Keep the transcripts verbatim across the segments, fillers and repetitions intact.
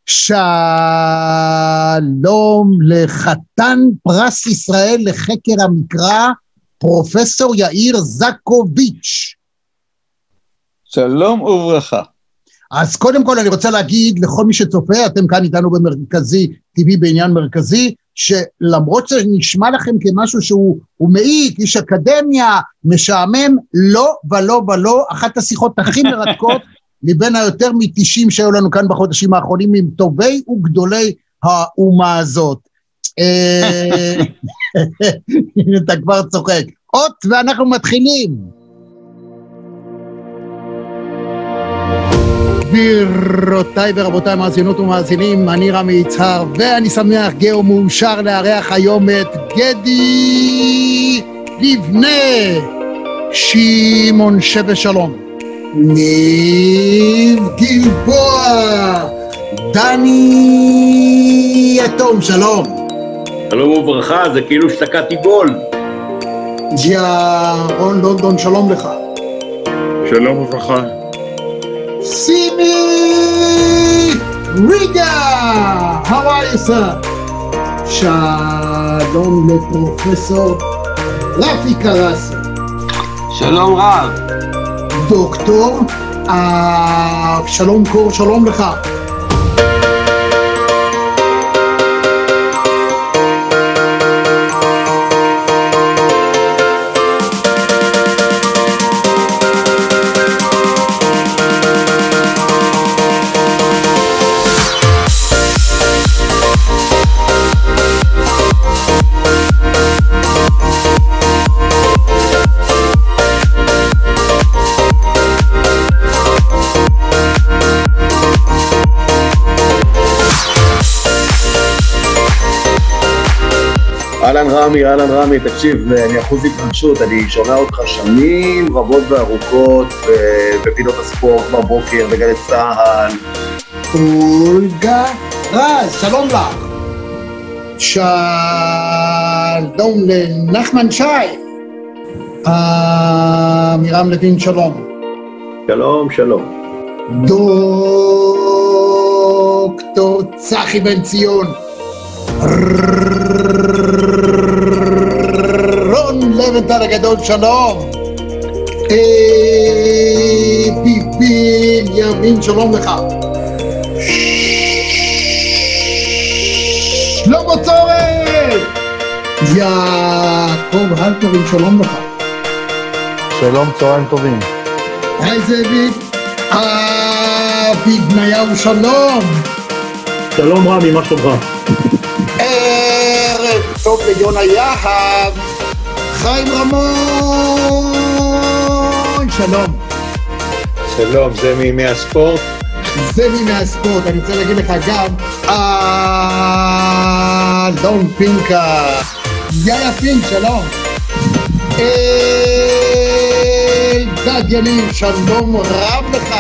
שלום לחתן פרס ישראל לחקר המקרא, פרופסור יאיר זקוביץ'. שלום וברכה. אז קודם כל אני רוצה להגיד לכל מי שצופה, אתם כאן איתנו במרכזי, טבעי בעניין מרכזי, שלמרות שנשמע לכם כמשהו שהוא מעיק, איש אקדמיה, משעמם, לא ולא ולא, אחת השיחות הכי מרתקות, מבין היותר מ-תשעים שהיו לנו כאן בחודשים האחרונים, עם טובי וגדולי האומה הזאת. אתה כבר צוחק. אות ואנחנו מתחילים. גבירותיי ורבותיי מאזינות ומאזינים, אני רמי יצהר, ואני שמח גאו מאושר לארח היום את גדי לבנה, שמעון שווה שלום, ניב גלבוע, דני יתום, שלום. שלום וברכה, זה כאילו שסקעתי גול. ג'ירון לונדון, שלום לך. שלום וברכה. סימי ריגה, how are you sir? שלום לפרופסור רפי קרסי. שלום רב. דוקטור שלום קור, שלום לך. אהלן רמי, אהלן רמי, תקשיב, אני אחוז התרגשות, אני שומע אותך שנים רבות וארוכות בפינות הספורט בבוקר, בגלי צהל. אולגה רז, שלום לך. שלום לנחמן שי. מירם לוין, שלום. שלום, שלום. דוקטור צחי בן ציון. רון לבנטל הגדול, שלום. ביביל ימין, שלום לך. שלמה צורן. יעקב הלפרין, שלום לך. שלום, צהריים טובים. היי זאביק. אבי בניהו, שלום. שלום רמי, מה שלומך? ערב טוב ליונה יהב. חיים רמון, שלום. שלום, זה מימי הספורט? זה מימי הספורט, אני רוצה להגיד לך גם אלון פינקה. יאיה פינק, שלום. אלדד יניב, שלום רב לך.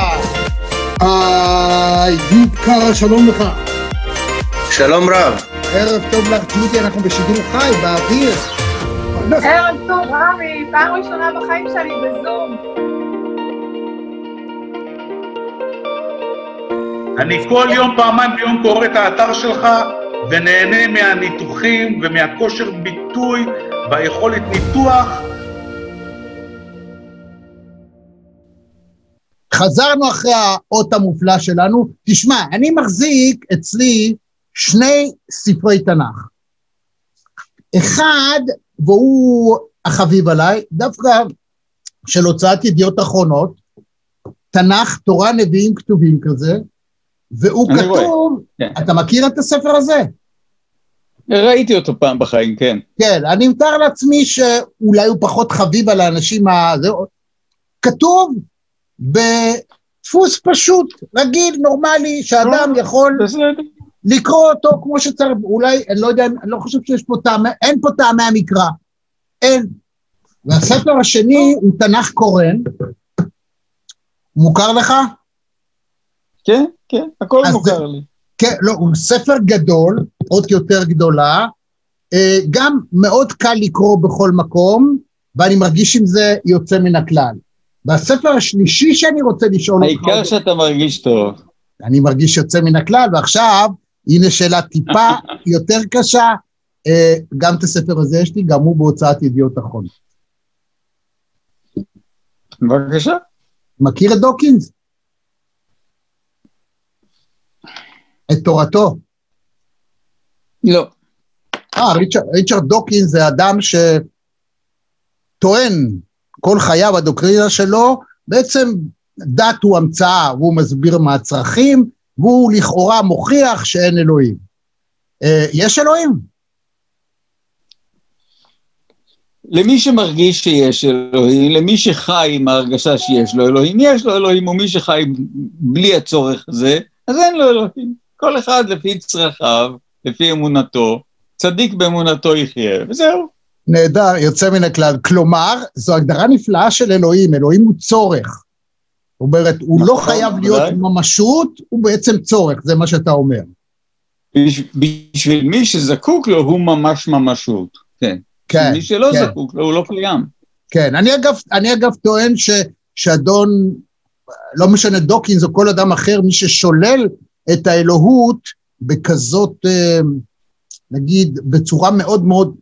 איוב קרא, שלום לך. שלום רב. ערב טוב לך, ג'ודי, אנחנו בשידור חי, באוויר. ערב טוב רמי, פעם ראשונה בחיים שלי בזום. אני כל יום פעמיים ביום קורא את האתר שלך ונהנה מהניתוחים ומהכושר ביטוי והיכולת ניתוח. חזרנו אחרי האות המופלא שלנו. תשמע, אני מחזיק אצלי שני ספרי תנ"ך. אחד, והוא החביב עליי, דווקא של הוצאת ידיעות אחרונות, תנ"ך, תורה, נביאים, כתובים כזה, והוא כתוב, כן. אתה מכיר את הספר הזה? ראיתי אותו פעם בחיים, כן. כן, אני מתאר לעצמי שאולי הוא פחות חביב על האנשים הזה, כתוב בדפוס פשוט, רגיל, נורמלי, שאדם יכול לקרוא אותו כמו שצריך, אולי, אני לא יודע, אני לא חושב שיש פה טעמי, אין פה טעמי המקרא, אין. והספר השני הוא תנ"ך קורן, מוכר לך? כן, כן, הכל מוכר לי. כן, לא, הוא ספר גדול, עוד יותר גדולה, גם מאוד קל לקרוא בכל מקום, ואני מרגיש עם זה יוצא מן הכלל. והספר השלישי שאני רוצה לשאול אותך... העיקר שאתה מרגיש טוב. אני מרגיש יוצא מן הכלל, ועכשיו, הנה שאלה טיפה יותר קשה, גם את הספר הזה יש לי, גם הוא בהוצאת ידיעות אחרונות. בבקשה. מכיר את דוקינס? את תורתו? לא. אה, ריצ'רד, ריצ'רד דוקינס זה אדם שטוען כל חייו, הדוקטרינה שלו, בעצם דת הוא המצאה, והוא מסביר מה הצרכים, והוא לכאורה מוכיח שאין אלוהים. אה, יש אלוהים? למי שמרגיש שיש אלוהים, למי שחי עם ההרגשה שיש לו אלוהים, יש לו אלוהים, ומי שחי בלי הצורך הזה, אז אין לו אלוהים. כל אחד לפי צרכיו, לפי אמונתו, צדיק באמונתו יחיה, וזהו. נהדר, יוצא מן הכלל. כלומר, זו הגדרה נפלאה של אלוהים, אלוהים הוא צורך. זאת אומרת, הוא לא חייב להיות ממשות, הוא בעצם צורך, זה מה שאתה אומר. בשביל מי שזקוק לו, הוא ממש ממשות, כן. כן, מי שלא כן. זקוק לו, הוא לא קיים. כן, אני אגב, אני אגב טוען ש, שאדון, לא משנה דוקינס או כל אדם אחר, מי ששולל את האלוהות בכזאת, נגיד, בצורה מאוד מאוד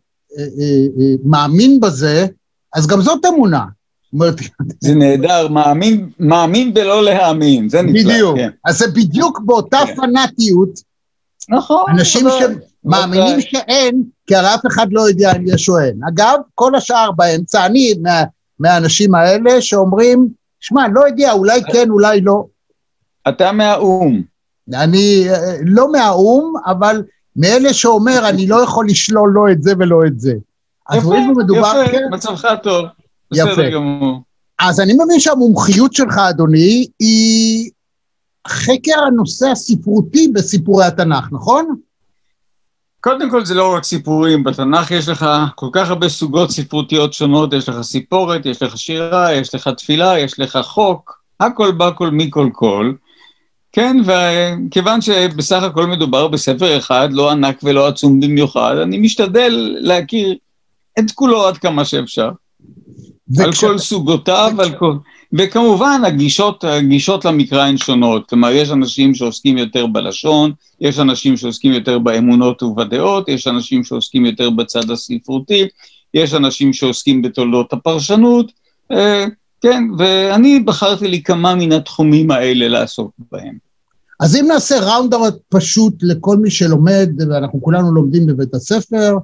מאמין בזה, אז גם זאת אמונה. זה נהדר, מאמין, מאמין בלא להאמין, זה נפלא. בדיוק, כן. אז זה בדיוק באותה כן. פנאטיות, נכון. אנשים שמאמינים שאין, כי הרי אף אחד לא יודע אם יש או אין. אגב, כל השאר באמצע, אני מה, מהאנשים האלה שאומרים, שמע, לא יודע, אולי כן, אולי לא. אתה מהאום. אני לא מהאום, אבל מאלה שאומר, אני לא יכול לשלול לא את זה ולא את זה. יפה, מדובר, יפה, כן? מצבך טוב. יפה. בסדר גמור. אז אני מבין שהמומחיות שלך, אדוני, היא חקר הנושא הספרותי בסיפורי התנ"ך, נכון? קודם כל זה לא רק סיפורים, בתנ"ך יש לך כל כך הרבה סוגות ספרותיות שונות, יש לך סיפורת, יש לך שירה, יש לך תפילה, יש לך חוק, הכל בא כל מי כל כל, כן, וכיוון שבסך הכל מדובר בספר אחד, לא ענק ולא עצום במיוחד, אני משתדל להכיר את כולו עד כמה שאפשר, וכש... על כל סוגותיו, וכש... על כל... וכמובן הגישות, הגישות למקרא הן שונות, כלומר יש אנשים שעוסקים יותר בלשון, יש אנשים שעוסקים יותר באמונות ובדעות, יש אנשים שעוסקים יותר בצד הספרותי, יש אנשים שעוסקים בתולדות הפרשנות, אה, כן, ואני בחרתי לי כמה מן התחומים האלה לעסוק בהם. אז אם נעשה ראונדאוט פשוט לכל מי שלומד, ואנחנו כולנו לומדים בבית הספר,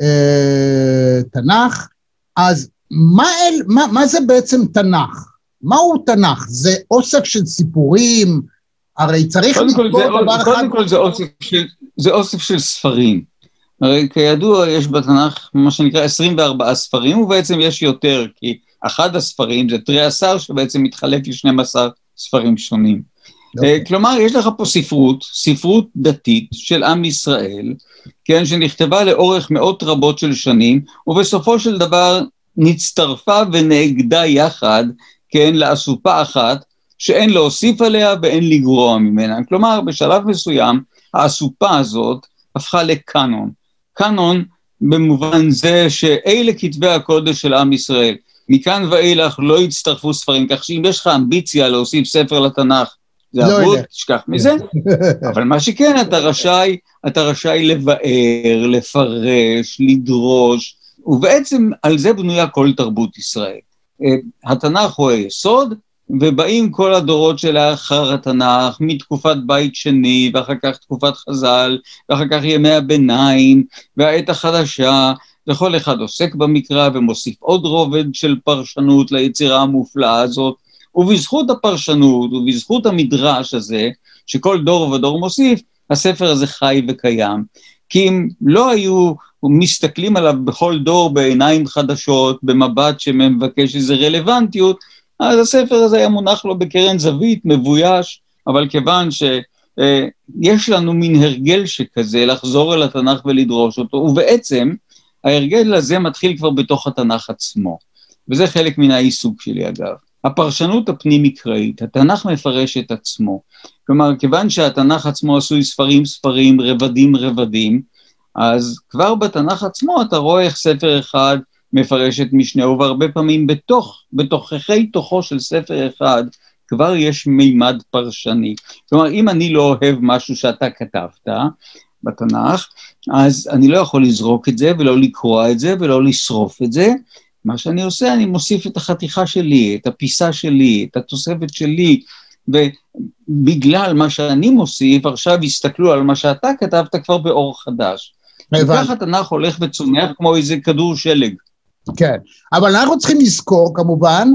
אה, תנ"ך, אז מה, אל, מה, מה זה בעצם תנ"ך? מהו תנ"ך? זה אוסף של סיפורים, הרי צריך לקרוא דבר אחד... קודם כל זה אוסף של, זה אוסף של ספרים. הרי כידוע יש בתנ"ך מה שנקרא עשרים וארבעה ספרים, ובעצם יש יותר, כי אחד הספרים זה תרי עשר שבעצם מתחלק ל-שנים עשר ספרים שונים. Okay. כלומר, יש לך פה ספרות, ספרות דתית של עם ישראל, כן, שנכתבה לאורך מאות רבות של שנים, ובסופו של דבר נצטרפה ונאגדה יחד, כן, לאסופה אחת, שאין להוסיף עליה ואין לגרוע ממנה. כלומר, בשלב מסוים, האסופה הזאת הפכה לקאנון. קאנון במובן זה שאלה כתבי הקודש של עם ישראל. מכאן ואילך לא יצטרפו ספרים, כך שאם יש לך אמביציה להוסיף ספר לתנ"ך, זה לא עבוד, תשכח מזה. אבל מה שכן, אתה רשאי, אתה רשאי לבאר, לפרש, לדרוש, ובעצם על זה בנויה כל תרבות ישראל. התנ"ך הוא היסוד, ובאים כל הדורות שלאחר התנ"ך, מתקופת בית שני, ואחר כך תקופת חז"ל, ואחר כך ימי הביניים, והעת החדשה, וכל אחד עוסק במקרא, ומוסיף עוד רובד של פרשנות ליצירה המופלאה הזאת, ובזכות הפרשנות, ובזכות המדרש הזה, שכל דור ודור מוסיף, הספר הזה חי וקיים. כי אם לא היו מסתכלים עליו בכל דור בעיניים חדשות, במבט שמבקש איזו רלוונטיות, אז הספר הזה היה מונח לו בקרן זווית, מבויש, אבל כיוון שיש לנו מין הרגל שכזה, לחזור אל התנ"ך ולדרוש אותו, ובעצם ההרגל הזה מתחיל כבר בתוך התנ"ך עצמו, וזה חלק מן העיסוק שלי אגב. הפרשנות הפנים-מקראית, התנ"ך מפרש את עצמו, כלומר, כיוון שהתנ"ך עצמו עשוי ספרים ספרים, רבדים רבדים, אז כבר בתנ"ך עצמו אתה רואה איך ספר אחד מפרש את משנהו, והרבה פעמים בתוך, בתוככי תוכו של ספר אחד, כבר יש מימד פרשני. כלומר, אם אני לא אוהב משהו שאתה כתבת בתנ"ך, אז אני לא יכול לזרוק את זה, ולא לקרוא את זה, ולא לשרוף את זה. מה שאני עושה, אני מוסיף את החתיכה שלי, את הפיסה שלי, את התוספת שלי, ובגלל מה שאני מוסיף, עכשיו הסתכלו על מה שאתה כתבת כבר באור חדש. וכך התנ"ך הולך וצומח כמו איזה כדור שלג. כן, אבל אנחנו צריכים לזכור כמובן,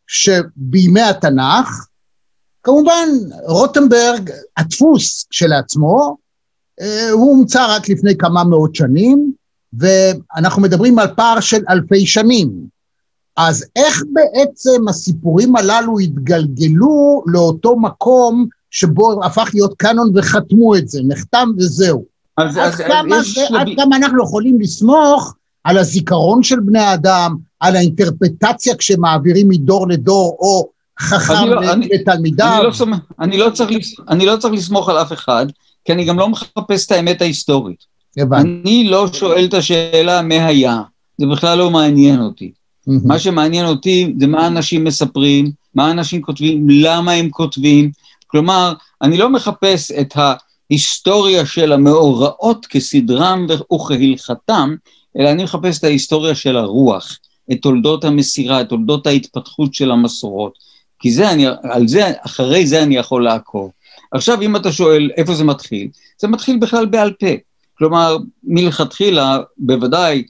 שבימי התנ"ך, כמובן רוטנברג, הדפוס שלעצמו, הוא הומצא רק לפני כמה מאות שנים, ואנחנו מדברים על פער של אלפי שנים. אז איך בעצם הסיפורים הללו התגלגלו לאותו מקום שבו הפך להיות קאנון וחתמו את זה, נחתם וזהו. אז, עד, אז, כמה אז זה, עד כמה אנחנו יכולים לסמוך על הזיכרון של בני האדם, על האינטרפטציה כשמעבירים מדור לדור, או חכם לא, לתלמידיו? אני, אני, לא, אני, לא צריך, אני לא צריך לסמוך על אף אחד, כי אני גם לא מחפש את האמת ההיסטורית. אני לא שואל את השאלה מה היה, זה בכלל לא מעניין אותי. מה שמעניין אותי זה מה אנשים מספרים, מה אנשים כותבים, למה הם כותבים. כלומר, אני לא מחפש את ההיסטוריה של המאורעות כסדרם וכהלכתם, אלא אני מחפש את ההיסטוריה של הרוח, את תולדות המסירה, את תולדות ההתפתחות של המסורות. כי זה אני, על זה, אחרי זה אני יכול לעקוב. עכשיו, אם אתה שואל איפה זה מתחיל, זה מתחיל בכלל בעל פה. כלומר, מלכתחילה, בוודאי,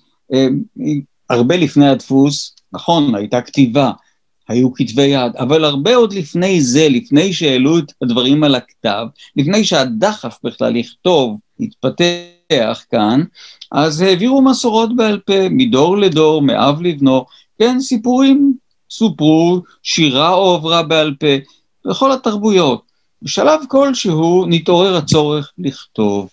הרבה לפני הדפוס, נכון, הייתה כתיבה, היו כתבי יד, אבל הרבה עוד לפני זה, לפני שהעלו את הדברים על הכתב, לפני שהדחף בכלל לכתוב, התפתח כאן, אז העבירו מסורות בעל פה, מדור לדור, מאב לבנו, כן, סיפורים סופרו, שירה או עברה בעל פה, בכל התרבויות. בשלב כלשהו נתעורר הצורך לכתוב,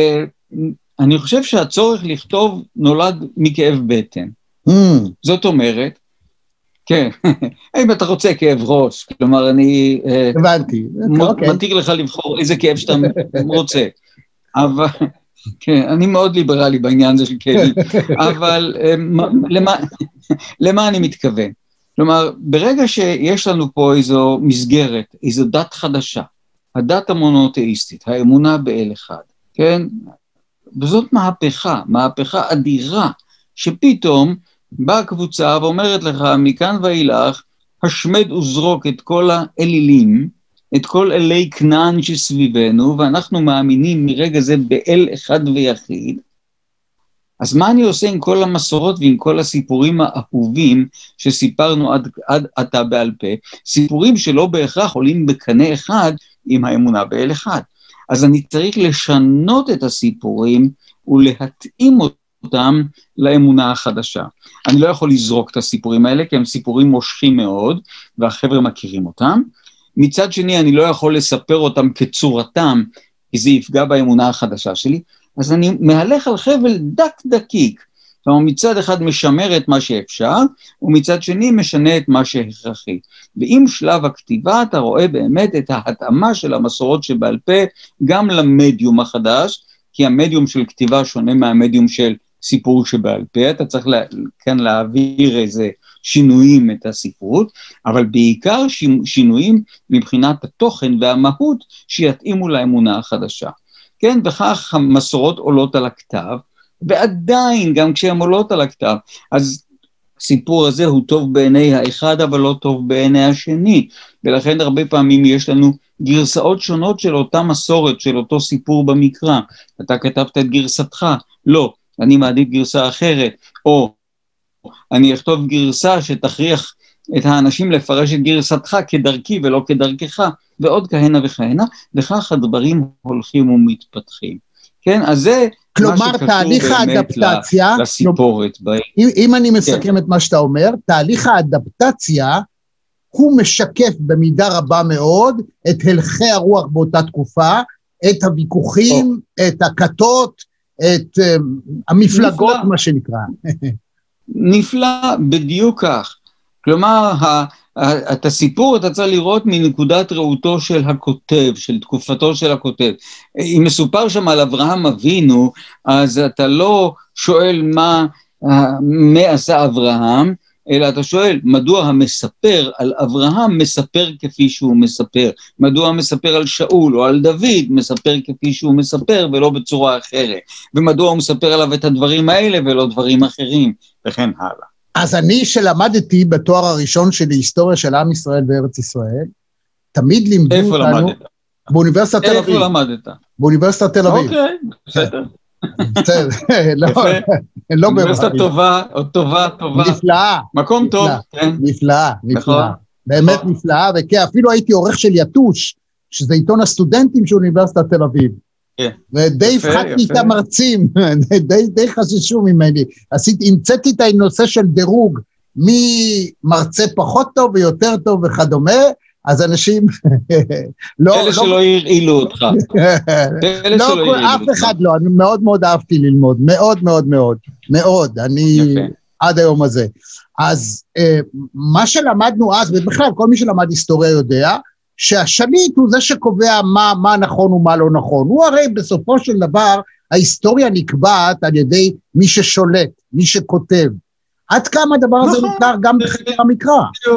ואני חושב שהצורך לכתוב נולד מכאב בטן. Mm. זאת אומרת, כן, אם אתה רוצה כאב ראש, כלומר אני הבנתי, מתיר לך לבחור איזה כאב שאתה רוצה, אבל, כן, אני מאוד ליברלי בעניין הזה של כאבים, אבל למה, למה אני מתכוון? כלומר, ברגע שיש לנו פה איזו מסגרת, איזו דת חדשה, הדת המונותאיסטית, האמונה באל אחד, כן? וזאת מהפכה, מהפכה אדירה, שפתאום באה קבוצה ואומרת לך, מכאן ואילך, השמד וזרוק את כל האלילים, את כל אלי כנען שסביבנו, ואנחנו מאמינים מרגע זה באל אחד ויחיד. אז מה אני עושה עם כל המסורות ועם כל הסיפורים האהובים שסיפרנו עד, עד עתה בעל פה, סיפורים שלא בהכרח עולים בקנה אחד עם האמונה באל אחד. אז אני צריך לשנות את הסיפורים ולהתאים אותם לאמונה החדשה. אני לא יכול לזרוק את הסיפורים האלה, כי הם סיפורים מושכים מאוד, והחבר'ה מכירים אותם. מצד שני, אני לא יכול לספר אותם כצורתם, כי זה יפגע באמונה החדשה שלי, אז אני מהלך על חבל דק דקיק, כלומר מצד אחד משמר את מה שאפשר, ומצד שני משנה את מה שהכרחי. ועם שלב הכתיבה אתה רואה באמת את ההתאמה של המסורות שבעל פה, גם למדיום החדש, כי המדיום של כתיבה שונה מהמדיום של סיפור שבעל פה, אתה צריך לה, כאן להעביר איזה שינויים את הספרות, אבל בעיקר שינויים מבחינת התוכן והמהות שיתאימו לאמונה החדשה. כן, וכך המסורות עולות על הכתב, ועדיין גם כשהן עולות על הכתב, אז הסיפור הזה הוא טוב בעיני האחד, אבל לא טוב בעיני השני, ולכן הרבה פעמים יש לנו גרסאות שונות של אותה מסורת, של אותו סיפור במקרא. אתה כתבת את גרסתך, לא, אני מעדיף גרסה אחרת, או אני אכתוב גרסה שתכריח את האנשים לפרש את גרסתך כדרכי ולא כדרכך, ועוד כהנה וכהנה, וכך הדברים הולכים ומתפתחים. כן, אז זה כלומר, תהליך האדפטציה, לסיפורת. אם, אם אני מסכם כן. את מה שאתה אומר, תהליך האדפטציה, הוא משקף במידה רבה מאוד, את הלכי הרוח באותה תקופה, את הוויכוחים, או. את הכתות, את um, המפלגות, נפלא. מה שנקרא. נפלא, בדיוק כך. כלומר, ה, ה, את הסיפור אתה צריך לראות מנקודת ראותו של הכותב, של תקופתו של הכותב. אם מסופר שם על אברהם אבינו, אז אתה לא שואל מה, מה עשה אברהם, אלא אתה שואל, מדוע המספר על אברהם מספר כפי שהוא מספר? מדוע המספר על שאול או על דוד מספר כפי שהוא מספר ולא בצורה אחרת? ומדוע הוא מספר עליו את הדברים האלה ולא דברים אחרים? וכן הלאה. אז אני שלמדתי בתואר הראשון שלי, היסטוריה של עם ישראל וארץ ישראל, תמיד לימדו אותנו... איפה למדת? באוניברסיטת תל אביב. איפה למדת? באוניברסיטת תל אביב. אוקיי, בסדר. בסדר, לא, לא אוניברסיטה טובה, או טובה, טובה. נפלאה. מקום טוב, כן. נפלאה, נפלאה. באמת נפלאה, וכן, אפילו הייתי עורך של יתוש, שזה עיתון הסטודנטים של אוניברסיטת תל אביב. ודי הפחדתי את המרצים, די חששו ממני. עשיתי, המצאתי את הנושא של דירוג, מי מרצה פחות טוב ויותר טוב וכדומה, אז אנשים... אלה שלא ירעילו אותך. לא, אף אחד לא, אני מאוד מאוד אהבתי ללמוד, מאוד מאוד מאוד, מאוד, אני עד היום הזה. אז מה שלמדנו אז, ובכלל כל מי שלמד היסטוריה יודע, שהשליט הוא זה שקובע מה, מה נכון ומה לא נכון. הוא הרי בסופו של דבר, ההיסטוריה נקבעת על ידי מי ששולט, מי שכותב. עד כמה הדבר הזה נקרא גם בחקר המקרא.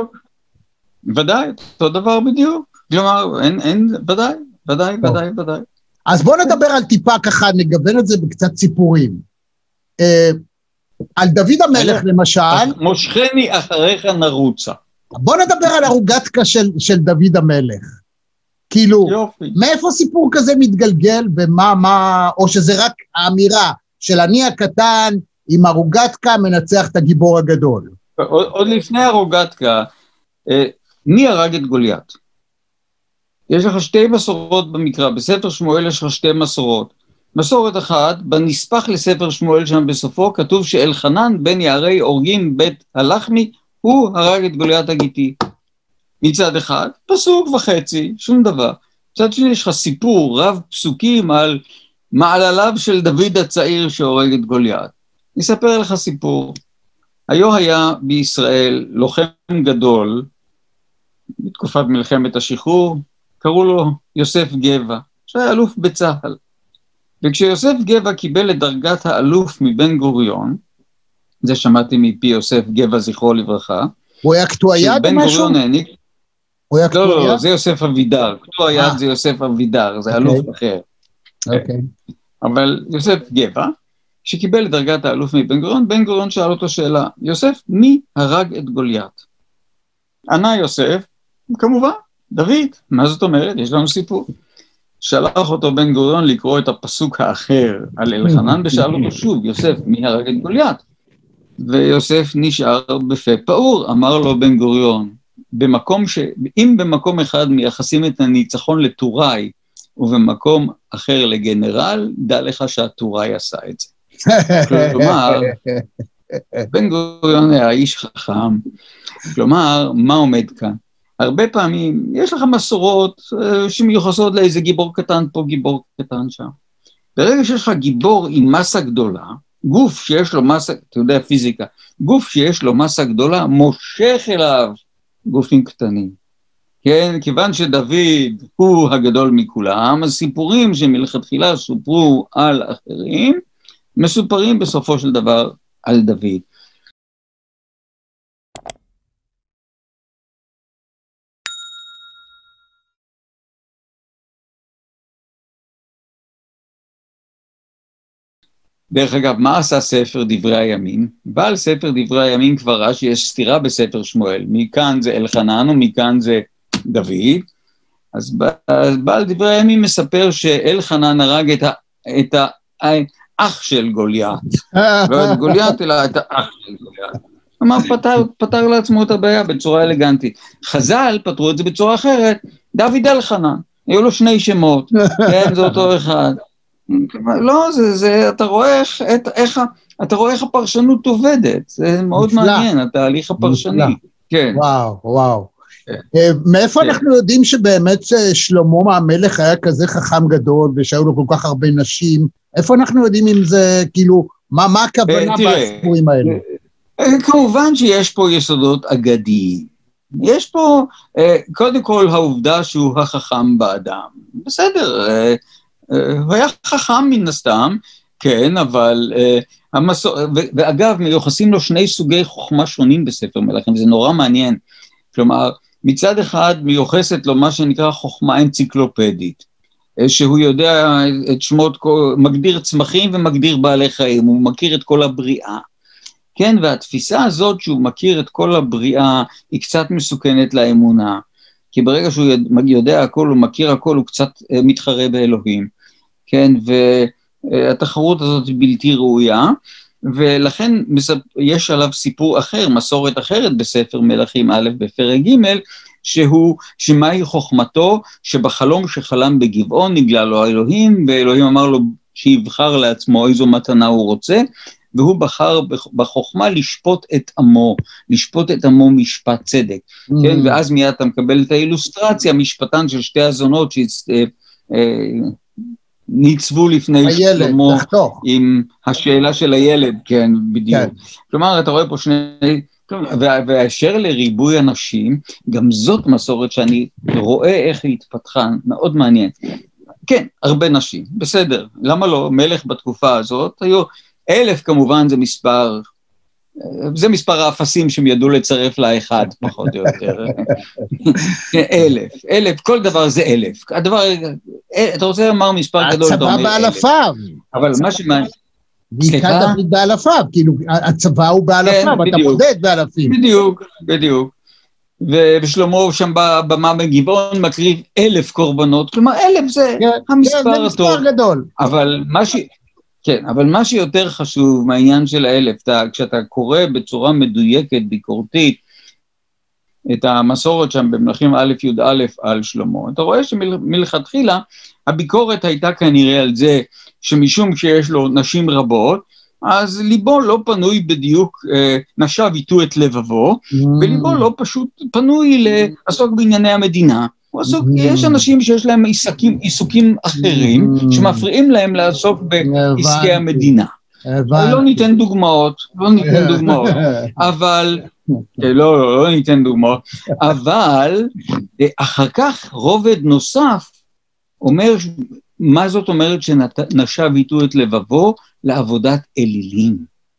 ודאי, אותו דבר בדיוק. כלומר, אין, אין, ודאי, ודאי, ודאי, ודאי. אז בואו נדבר על טיפה ככה, נגוון את זה בקצת סיפורים. אה, על דוד המלך למשל... מושכני אחריך נרוצה. בואו נדבר על הרוגטקה של, של דוד המלך. כאילו, יופי. מאיפה סיפור כזה מתגלגל, ומה, מה, או שזה רק האמירה של אני הקטן עם הרוגטקה מנצח את הגיבור הגדול. עוד, עוד לפני הרוגטקה, אה, מי הרג את גוליית? יש לך שתי מסורות במקרא, בספר שמואל יש לך שתי מסורות. מסורת אחת, בנספח לספר שמואל שם בסופו, כתוב שאלחנן בן יערי אורגים בית הלחמי, הוא הרג את גוליית הגיתי. מצד אחד, פסוק וחצי, שום דבר. מצד שני יש לך סיפור רב פסוקים על מעלליו של דוד הצעיר שהורג את גוליית. נספר לך סיפור. היו היה בישראל לוחם גדול, בתקופת מלחמת השחרור, קראו לו יוסף גבע, שהיה אלוף בצהל. וכשיוסף גבע קיבל את דרגת האלוף מבן גוריון, זה שמעתי מפי יוסף גבע זכרו לברכה, הוא היה קטוע יד או משהו? גוריון העניק, לא, לא, לא, זה יוסף אבידר, קטוע יד זה יוסף אבידר, זה אלוף אחר. אוקיי. אבל יוסף גבע, שקיבל את דרגת האלוף מבן גוריון, בן גוריון שאל אותו שאלה, יוסף, מי הרג את גוליית? ענה יוסף, כמובן, דוד, מה זאת אומרת? יש לנו סיפור. שלח אותו בן גוריון לקרוא את הפסוק האחר על אלחנן, ושאל אותו שוב, יוסף, מי הרג את גוליית? ויוסף נשאר בפה פעור, אמר לו בן גוריון, במקום ש... אם במקום אחד מייחסים את הניצחון לטוראי, ובמקום אחר לגנרל, דע לך שהטוראי עשה את זה. כלומר, בן גוריון היה איש חכם, כלומר, מה עומד כאן? הרבה פעמים יש לך מסורות שמיוחסות לאיזה גיבור קטן פה, גיבור קטן שם. ברגע שיש לך גיבור עם מסה גדולה, גוף שיש לו מסה, אתה יודע פיזיקה, גוף שיש לו מסה גדולה, מושך אליו גופים קטנים. כן, כיוון שדוד הוא הגדול מכולם, הסיפורים שמלכתחילה סופרו על אחרים, מסופרים בסופו של דבר על דוד. דרך אגב, מה עשה ספר דברי הימים? בעל ספר דברי הימים כבר ראה שיש סתירה בספר שמואל, מכאן זה אלחנן ומכאן זה דוד, אז בעל דברי הימים מספר שאלחנן הרג את, ה, את האח של גוליית, לא את גוליית אלא את האח של גוליית. כלומר, פתר, פתר לעצמו את הבעיה בצורה אלגנטית. חז"ל פתרו את זה בצורה אחרת, דוד אלחנן, היו לו שני שמות, כן, זה אותו אחד. לא, זה, זה, אתה רואה איך, את, איך, אתה רואה איך הפרשנות עובדת, זה מאוד נפלא. מעניין, התהליך הפרשני. נפלא. כן. וואו, וואו. כן. מאיפה כן. אנחנו יודעים שבאמת שלמה המלך היה כזה חכם גדול, ושהיו לו כל כך הרבה נשים, איפה אנחנו יודעים אם זה, כאילו, מה, מה הכוונה בסיפורים האלה? כמובן שיש פה יסודות אגדיים. יש פה, קודם כל, העובדה שהוא החכם באדם. בסדר, הוא היה חכם מן הסתם, כן, אבל, המסור, ואגב, מיוחסים לו שני סוגי חוכמה שונים בספר מלכים, זה נורא מעניין. כלומר, מצד אחד מיוחסת לו מה שנקרא חוכמה אנציקלופדית, שהוא יודע את שמות, מגדיר צמחים ומגדיר בעלי חיים, הוא מכיר את כל הבריאה. כן, והתפיסה הזאת שהוא מכיר את כל הבריאה, היא קצת מסוכנת לאמונה, כי ברגע שהוא יודע הכל, הוא מכיר הכל, הוא קצת מתחרה באלוהים, כן, והתחרות הזאת היא בלתי ראויה, ולכן יש עליו סיפור אחר, מסורת אחרת בספר מלכים א' בפרק ג', שהוא, שמהי חוכמתו, שבחלום שחלם בגבעון נגלה לו האלוהים, ואלוהים אמר לו שיבחר לעצמו איזו מתנה הוא רוצה, והוא בחר בחוכמה לשפוט את עמו, לשפוט את עמו משפט צדק, mm. כן, ואז מיד אתה מקבל את האילוסטרציה, משפטן של שתי הזונות שניצבו לפני שלמה, עם השאלה של הילד, כן, בדיוק. כן. כלומר, אתה רואה פה שני, ואשר לריבוי אנשים, גם זאת מסורת שאני רואה איך היא התפתחה, מאוד מעניין. כן, הרבה נשים, בסדר, למה לא? מלך בתקופה הזאת, היו אלף כמובן זה מספר, זה מספר האפסים שהם ידעו לצרף לאחד, פחות או יותר. אלף, אלף, כל דבר זה אלף. הדבר, אתה רוצה לומר מספר גדול, אתה אומר אלף. הצבא באלפיו. אבל מה שמעניין, בעיקר דוד באלפיו, כאילו הצבא הוא באלפיו, אתה מודד באלפים. בדיוק, בדיוק. ושלמה שם במה בגבעון מקריב אלף קורבנות, כלומר אלף זה המספר הטוב. זה מספר גדול. אבל מה ש... כן, אבל מה שיותר חשוב מהעניין של האלף, אתה, כשאתה קורא בצורה מדויקת, ביקורתית, את המסורת שם במלכים א' י' א' על שלמה, אתה רואה שמלכתחילה הביקורת הייתה כנראה על זה, שמשום שיש לו נשים רבות, אז ליבו לא פנוי בדיוק, אה, נשיו איתו את לבבו, mm. וליבו לא פשוט פנוי לעסוק בענייני המדינה, עסוק, יש אנשים שיש להם עיסוקים, עיסוקים אחרים, שמפריעים להם לעסוק בעסקי המדינה. לא ניתן דוגמאות, לא ניתן דוגמאות, אבל, לא, לא ניתן דוגמאות, אבל אחר כך רובד נוסף אומר, מה זאת אומרת שנשב איתו את לבבו לעבודת אלילים,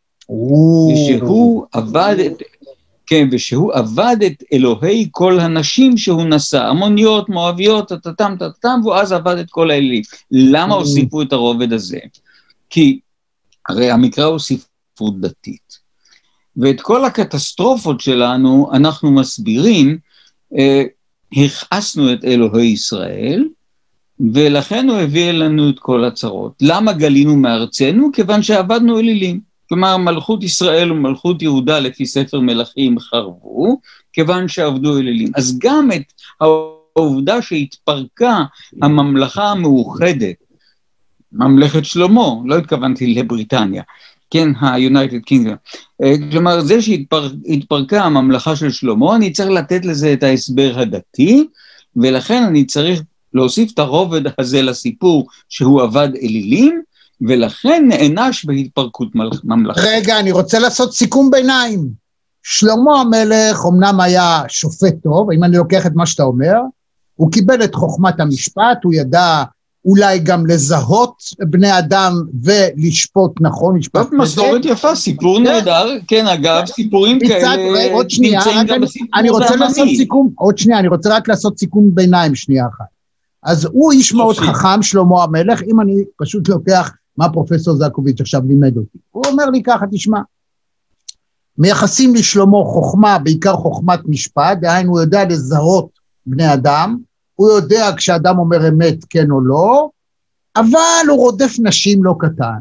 ושהוא עבד את... כן, ושהוא עבד את אלוהי כל הנשים שהוא נשא, המוניות, מואביות, תתם, תתם, והוא אז עבד את כל האלים. למה הוסיפו את הרובד הזה? כי הרי המקרא הוא ספרות דתית, ואת כל הקטסטרופות שלנו אנחנו מסבירים, אה, הכעסנו את אלוהי ישראל, ולכן הוא הביא לנו את כל הצרות. למה גלינו מארצנו? כיוון שעבדנו אלילים. כלומר, מלכות ישראל ומלכות יהודה לפי ספר מלכים חרבו, כיוון שעבדו אלילים. אז גם את העובדה שהתפרקה הממלכה המאוחדת, ממלכת שלמה, לא התכוונתי לבריטניה, כן, ה-United Kingdom, כלומר, זה שהתפרקה הממלכה של שלמה, אני צריך לתת לזה את ההסבר הדתי, ולכן אני צריך להוסיף את הרובד הזה לסיפור שהוא עבד אלילים, ולכן נענש בהתפרקות ממלכה. רגע, אני רוצה לעשות סיכום ביניים. שלמה המלך אמנם היה שופט טוב, אם אני לוקח את מה שאתה אומר, הוא קיבל את חוכמת המשפט, הוא ידע אולי גם לזהות בני אדם ולשפוט נכון, משפט כזה. מסורת יפה, סיפור נהדר, כן, אגב, סיפורים כאלה עוד שנייה, אני רוצה לעשות סיכום, עוד שנייה, אני רוצה רק לעשות סיכום ביניים שנייה אחת. אז הוא איש מאוד חכם, שלמה המלך, אם אני פשוט לוקח מה פרופסור זקוביץ' עכשיו לימד אותי. הוא אומר לי ככה, תשמע, מייחסים לשלמה חוכמה, בעיקר חוכמת משפט, דהיינו הוא יודע לזהות בני אדם, הוא יודע כשאדם אומר אמת כן או לא, אבל הוא רודף נשים לא קטן.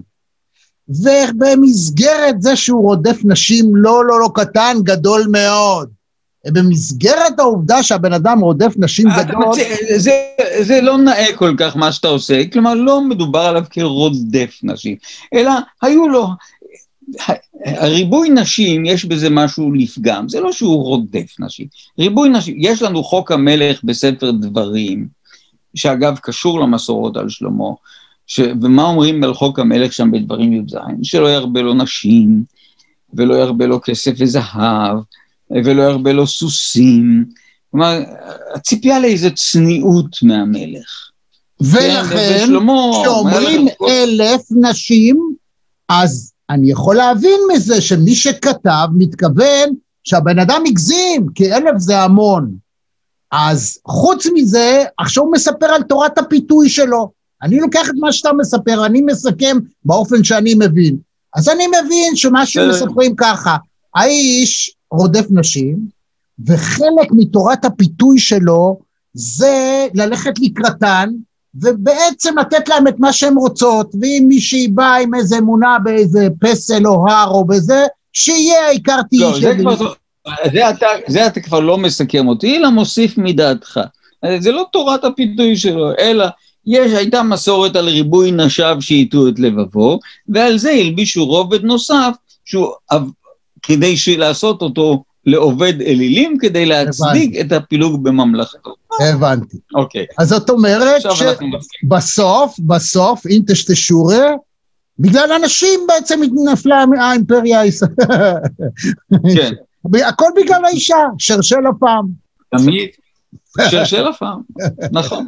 ובמסגרת זה שהוא רודף נשים לא לא לא קטן, גדול מאוד. במסגרת העובדה שהבן אדם רודף נשים גדול... זה, זה לא נאה כל כך מה שאתה עושה, כלומר לא מדובר עליו כרודף נשים, אלא היו לו... ריבוי נשים יש בזה משהו לפגם, זה לא שהוא רודף נשים, ריבוי נשים, יש לנו חוק המלך בספר דברים, שאגב קשור למסורות על שלמה, ש... ומה אומרים על חוק המלך שם בדברים י"ז? שלא ירבה לו נשים, ולא ירבה לו כסף וזהב, ולא ירבה לו סוסים, כלומר, הציפייה לאיזו צניעות מהמלך. ולכן, שאומרים אלף נשים, אז אני יכול להבין מזה שמי שכתב מתכוון שהבן אדם הגזים, כי אלף זה המון. אז חוץ מזה, עכשיו הוא מספר על תורת הפיתוי שלו. אני לוקח את מה שאתה מספר, אני מסכם באופן שאני מבין. אז אני מבין שמה שמספרים ככה, האיש רודף נשים, וחלק מתורת הפיתוי שלו, זה ללכת לקראתן, ובעצם לתת להם את מה שהן רוצות, ואם מישהי באה עם איזה אמונה באיזה פסל או הר או בזה, שיהיה העיקר תהי לא, שלי. זה, כבר, זה, אתה, זה אתה כבר לא מסכם אותי, אלא מוסיף מדעתך. זה לא תורת הפיתוי שלו, אלא יש, הייתה מסורת על ריבוי נשיו שייתו את לבבו, ועל זה הלבישו רובד נוסף, שהוא, כדי לעשות אותו לעובד אלילים, כדי להצדיק הבנתי. את הפילוג בממלכתו. הבנתי. אוקיי. אז זאת אומרת שבסוף, בסוף, אם תשתשורה, בגלל אנשים בעצם נפלה האימפריה הישראלית. כן. הכל בגלל האישה, שרשל הפעם. תמיד, שרשל הפעם, נכון.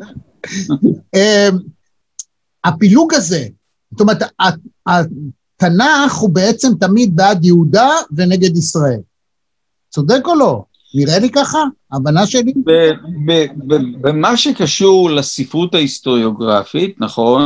הפילוג הזה, זאת אומרת, התנ"ך הוא בעצם תמיד בעד יהודה ונגד ישראל. צודק או לא? נראה לי ככה? הבנה שלי? במה שקשור לספרות ההיסטוריוגרפית, נכון,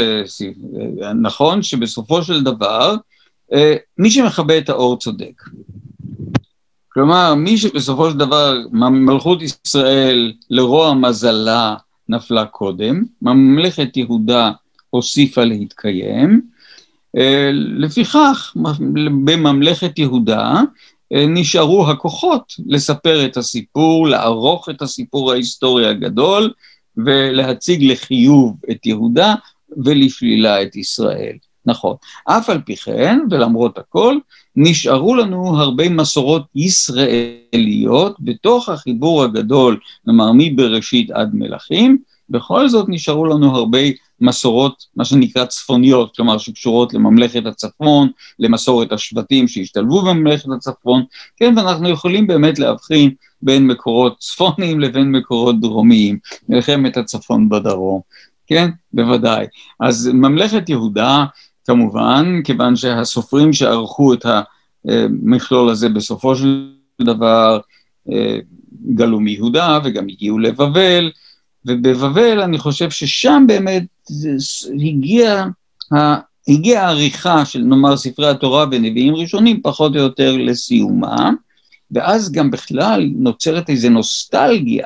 נכון שבסופו של דבר, מי שמכבה את האור צודק. כלומר, מי שבסופו של דבר, מלכות ישראל לרוע מזלה נפלה קודם, ממלכת יהודה הוסיפה להתקיים, לפיכך, בממלכת יהודה, נשארו הכוחות לספר את הסיפור, לערוך את הסיפור ההיסטורי הגדול, ולהציג לחיוב את יהודה, ולשלילה את ישראל. נכון. אף על פי כן, ולמרות הכל, נשארו לנו הרבה מסורות ישראליות, בתוך החיבור הגדול, נאמר מבראשית עד מלכים, בכל זאת נשארו לנו הרבה מסורות, מה שנקרא צפוניות, כלומר שקשורות לממלכת הצפון, למסורת השבטים שהשתלבו בממלכת הצפון, כן, ואנחנו יכולים באמת להבחין בין מקורות צפוניים לבין מקורות דרומיים, מלחמת הצפון בדרום, כן, בוודאי. אז ממלכת יהודה, כמובן, כיוון שהסופרים שערכו את המכלול הזה בסופו של דבר, גלו מיהודה וגם הגיעו לבבל, ובבבל אני חושב ששם באמת הגיע, הגיע העריכה של נאמר ספרי התורה ונביאים ראשונים פחות או יותר לסיומה, ואז גם בכלל נוצרת איזו נוסטלגיה,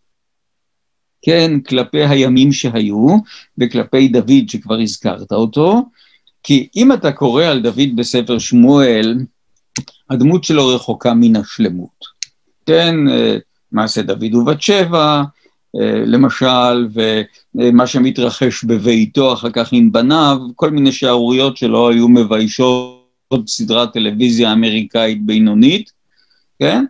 כן, כלפי הימים שהיו, וכלפי דוד שכבר הזכרת אותו, כי אם אתה קורא על דוד בספר שמואל, הדמות שלו רחוקה מן השלמות. כן, מעשה דוד ובת שבע, למשל, ומה שמתרחש בביתו אחר כך עם בניו, כל מיני שערוריות שלו היו מביישות סדרת טלוויזיה אמריקאית בינונית, כן?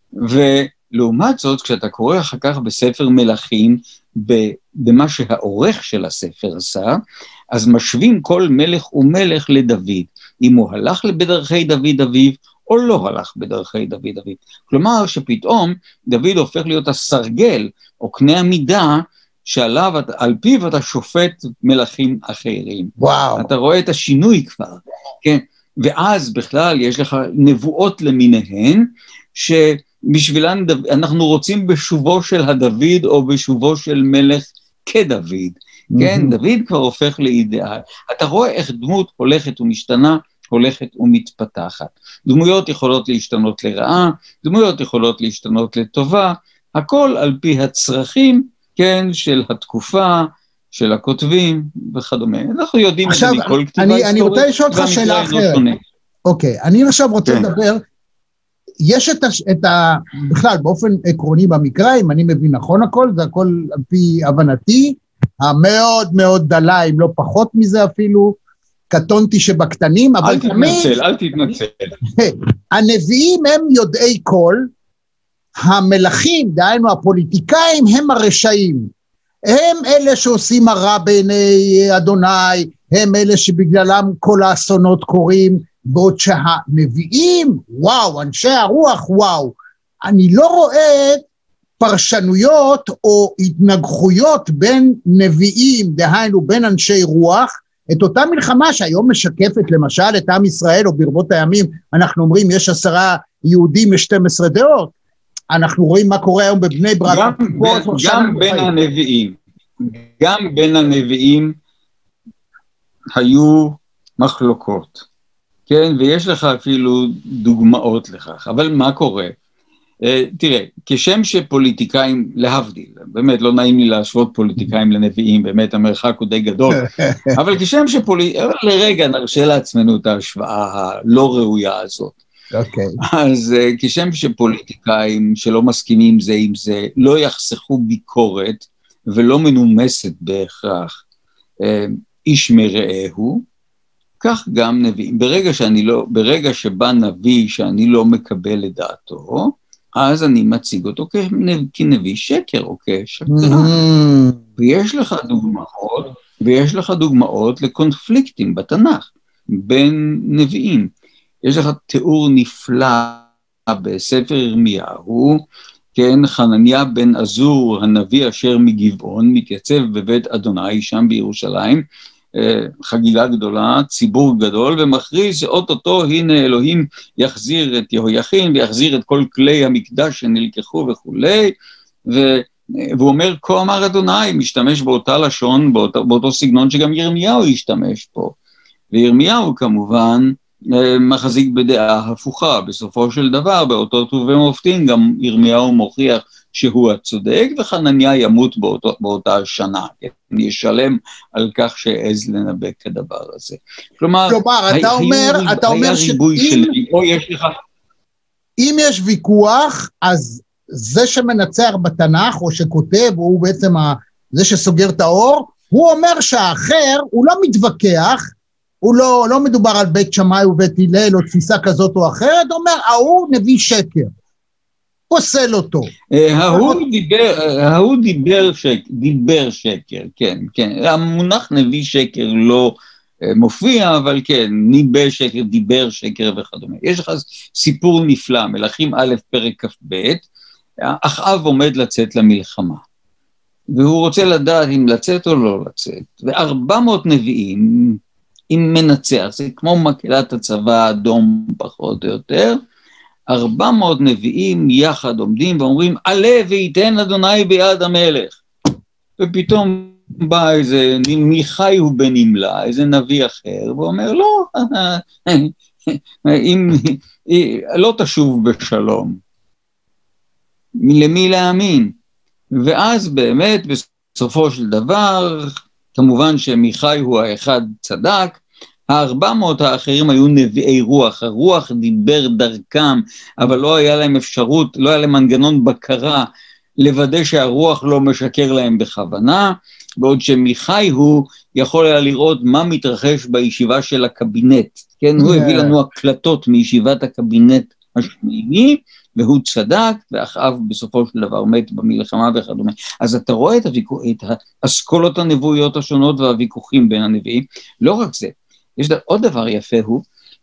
ולעומת זאת, כשאתה קורא אחר כך בספר מלכים, במה שהעורך של הספר עשה, אז משווים כל מלך ומלך לדוד, אם הוא הלך בדרכי דוד אביו, או לא הלך בדרכי דוד אביו. כלומר שפתאום דוד הופך להיות הסרגל, או קנה המידה, שעליו, על פיו אתה שופט מלכים אחרים. וואו. אתה רואה את השינוי כבר, כן? ואז בכלל יש לך נבואות למיניהן, שבשבילן אנחנו רוצים בשובו של הדוד, או בשובו של מלך כדוד. כן, דוד כבר הופך לאידאל. אתה רואה איך דמות הולכת ומשתנה, הולכת ומתפתחת. דמויות יכולות להשתנות לרעה, דמויות יכולות להשתנות לטובה, הכל על פי הצרכים, כן, של התקופה, של הכותבים וכדומה. אנחנו יודעים את זה מכל כתיבה היסטורית. אני רוצה לשאול אותך שאלה אחרת. אוקיי, אני עכשיו רוצה לדבר, יש את ה... בכלל, באופן עקרוני במקרא, אם אני מבין נכון הכל, זה הכל על פי הבנתי, המאוד מאוד דלה, אם לא פחות מזה אפילו, קטונתי שבקטנים, אבל אל תתנצל, אל תתנצל. הנביאים הם יודעי כל, המלכים, דהיינו הפוליטיקאים, הם הרשעים. הם אלה שעושים הרע בעיני אדוני, הם אלה שבגללם כל האסונות קורים, בעוד שהנביאים, וואו, אנשי הרוח, וואו, אני לא רואה פרשנויות או התנגחויות בין נביאים, דהיינו בין אנשי רוח, את אותה מלחמה שהיום משקפת למשל את עם ישראל, או ברבות הימים אנחנו אומרים יש עשרה יהודים ושתים עשרה דעות, אנחנו רואים מה קורה היום בבני ברק. גם, בין, גם בין הנביאים, גם בין הנביאים היו מחלוקות, כן, ויש לך אפילו דוגמאות לכך, אבל מה קורה? תראה, כשם שפוליטיקאים, להבדיל, באמת לא נעים לי להשוות פוליטיקאים לנביאים, באמת המרחק הוא די גדול, אבל כשם שפוליטיקאים, לרגע נרשה לעצמנו את ההשוואה הלא ראויה הזאת. אוקיי. אז כשם שפוליטיקאים שלא מסכימים זה עם זה, לא יחסכו ביקורת ולא מנומסת בהכרח איש מרעהו, כך גם נביאים. ברגע שאני לא, ברגע שבא נביא שאני לא מקבל את דעתו, אז אני מציג אותו כנביא שקר או כשקרן. ויש לך דוגמאות, ויש לך דוגמאות לקונפליקטים בתנ"ך בין נביאים. יש לך תיאור נפלא בספר ירמיהו, כן, חנניה בן עזור, הנביא אשר מגבעון, מתייצב בבית אדוני שם בירושלים, חגיגה גדולה, ציבור גדול, ומכריז שאוטוטו הנה אלוהים יחזיר את יהויכין, ויחזיר את כל כלי המקדש שנלקחו וכולי, ו... והוא אומר, כה אמר אדוני, משתמש באותה לשון, באותו, באותו סגנון שגם ירמיהו ישתמש פה. וירמיהו כמובן מחזיק בדעה הפוכה, בסופו של דבר, באותות ובמופתים, גם ירמיהו מוכיח שהוא הצודק, וחנניה ימות באותו, באותה שנה, כן? ישלם על כך שעז לנבא כדבר הזה. כלומר, כלומר אתה אומר, היה, אתה אומר היה ריבוי שאם, של, או יש לך... אם יש ויכוח, אז זה שמנצח בתנ"ך, או שכותב, הוא בעצם ה, זה שסוגר את האור, הוא אומר שהאחר, הוא לא מתווכח, הוא לא, לא מדובר על בית שמאי ובית הלל, או תפיסה כזאת או אחרת, הוא אומר, ההוא נביא שקר. פוסל אותו. ההוא דיבר, ההוא דיבר שקר, דיבר שקר, כן, כן. המונח נביא שקר לא מופיע, אבל כן, ניבא שקר, דיבר שקר וכדומה. יש לך סיפור נפלא, מלכים א' פרק כ"ב, אחאב עומד לצאת למלחמה, והוא רוצה לדעת אם לצאת או לא לצאת, וארבע מאות נביאים, אם מנצח, זה כמו מקהלת הצבא האדום פחות או יותר, ארבע מאות נביאים יחד עומדים ואומרים, עלה וייתן אדוני ביד המלך. ופתאום בא איזה, מיכאי הוא בנמלה, איזה נביא אחר, ואומר, לא, אם, לא תשוב בשלום. למי להאמין? ואז באמת, בסופו של דבר, כמובן שמיכאי הוא האחד צדק, הארבע מאות האחרים היו נביאי רוח, הרוח דיבר דרכם, אבל לא היה להם אפשרות, לא היה להם מנגנון בקרה, לוודא שהרוח לא משקר להם בכוונה, בעוד שמיכאי הוא יכול היה לראות מה מתרחש בישיבה של הקבינט, כן, הוא הביא לנו הקלטות מישיבת הקבינט השמיני, והוא צדק, ואחאב בסופו של דבר מת במלחמה וכדומה. אז אתה רואה את, הוויכוח, את האסכולות הנבואיות השונות והוויכוחים בין הנביאים, לא רק זה, יש עוד דבר יפה הוא,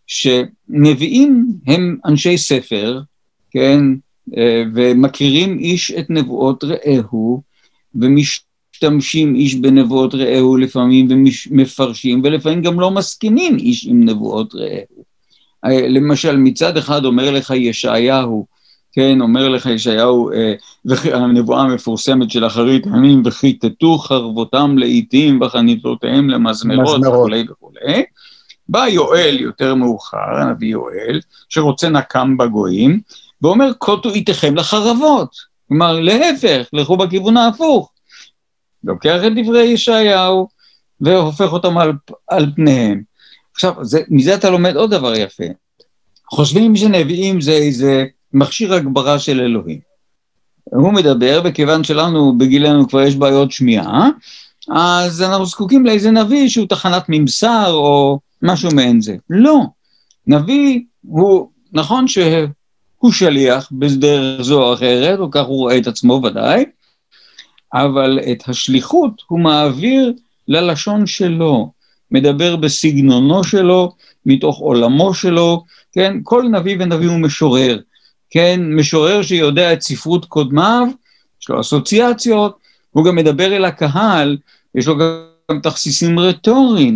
שנביאים הם אנשי ספר, כן, ומכירים איש את נבואות רעהו, ומשתמשים איש בנבואות רעהו לפעמים, ומפרשים, ולפעמים גם לא מסכימים איש עם נבואות רעהו. למשל, מצד אחד אומר לך ישעיהו, כן, אומר לך ישעיהו, הנבואה המפורסמת של אחרית הימים, וכיתתו חרבותם לעיתים, וחניתותיהם למזמרות, וכולי וכולי. בא יואל יותר מאוחר, הנביא יואל, שרוצה נקם בגויים, ואומר, כותו איתכם לחרבות. כלומר, להפך, לכו בכיוון ההפוך. לוקח את דברי ישעיהו, והופך אותם על, על פניהם. עכשיו, זה, מזה אתה לומד עוד דבר יפה. חושבים שנביאים זה איזה מכשיר הגברה של אלוהים. הוא מדבר, בכיוון שלנו, בגילנו כבר יש בעיות שמיעה, אז אנחנו זקוקים לאיזה נביא שהוא תחנת ממסר או משהו מעין זה. לא. נביא הוא, נכון שהוא שליח בדרך זו או אחרת, או כך הוא רואה את עצמו ודאי, אבל את השליחות הוא מעביר ללשון שלו, מדבר בסגנונו שלו, מתוך עולמו שלו, כן, כל נביא ונביא הוא משורר, כן, משורר שיודע את ספרות קודמיו, יש לו אסוציאציות, הוא גם מדבר אל הקהל, יש לו גם תכסיסים רטוריים,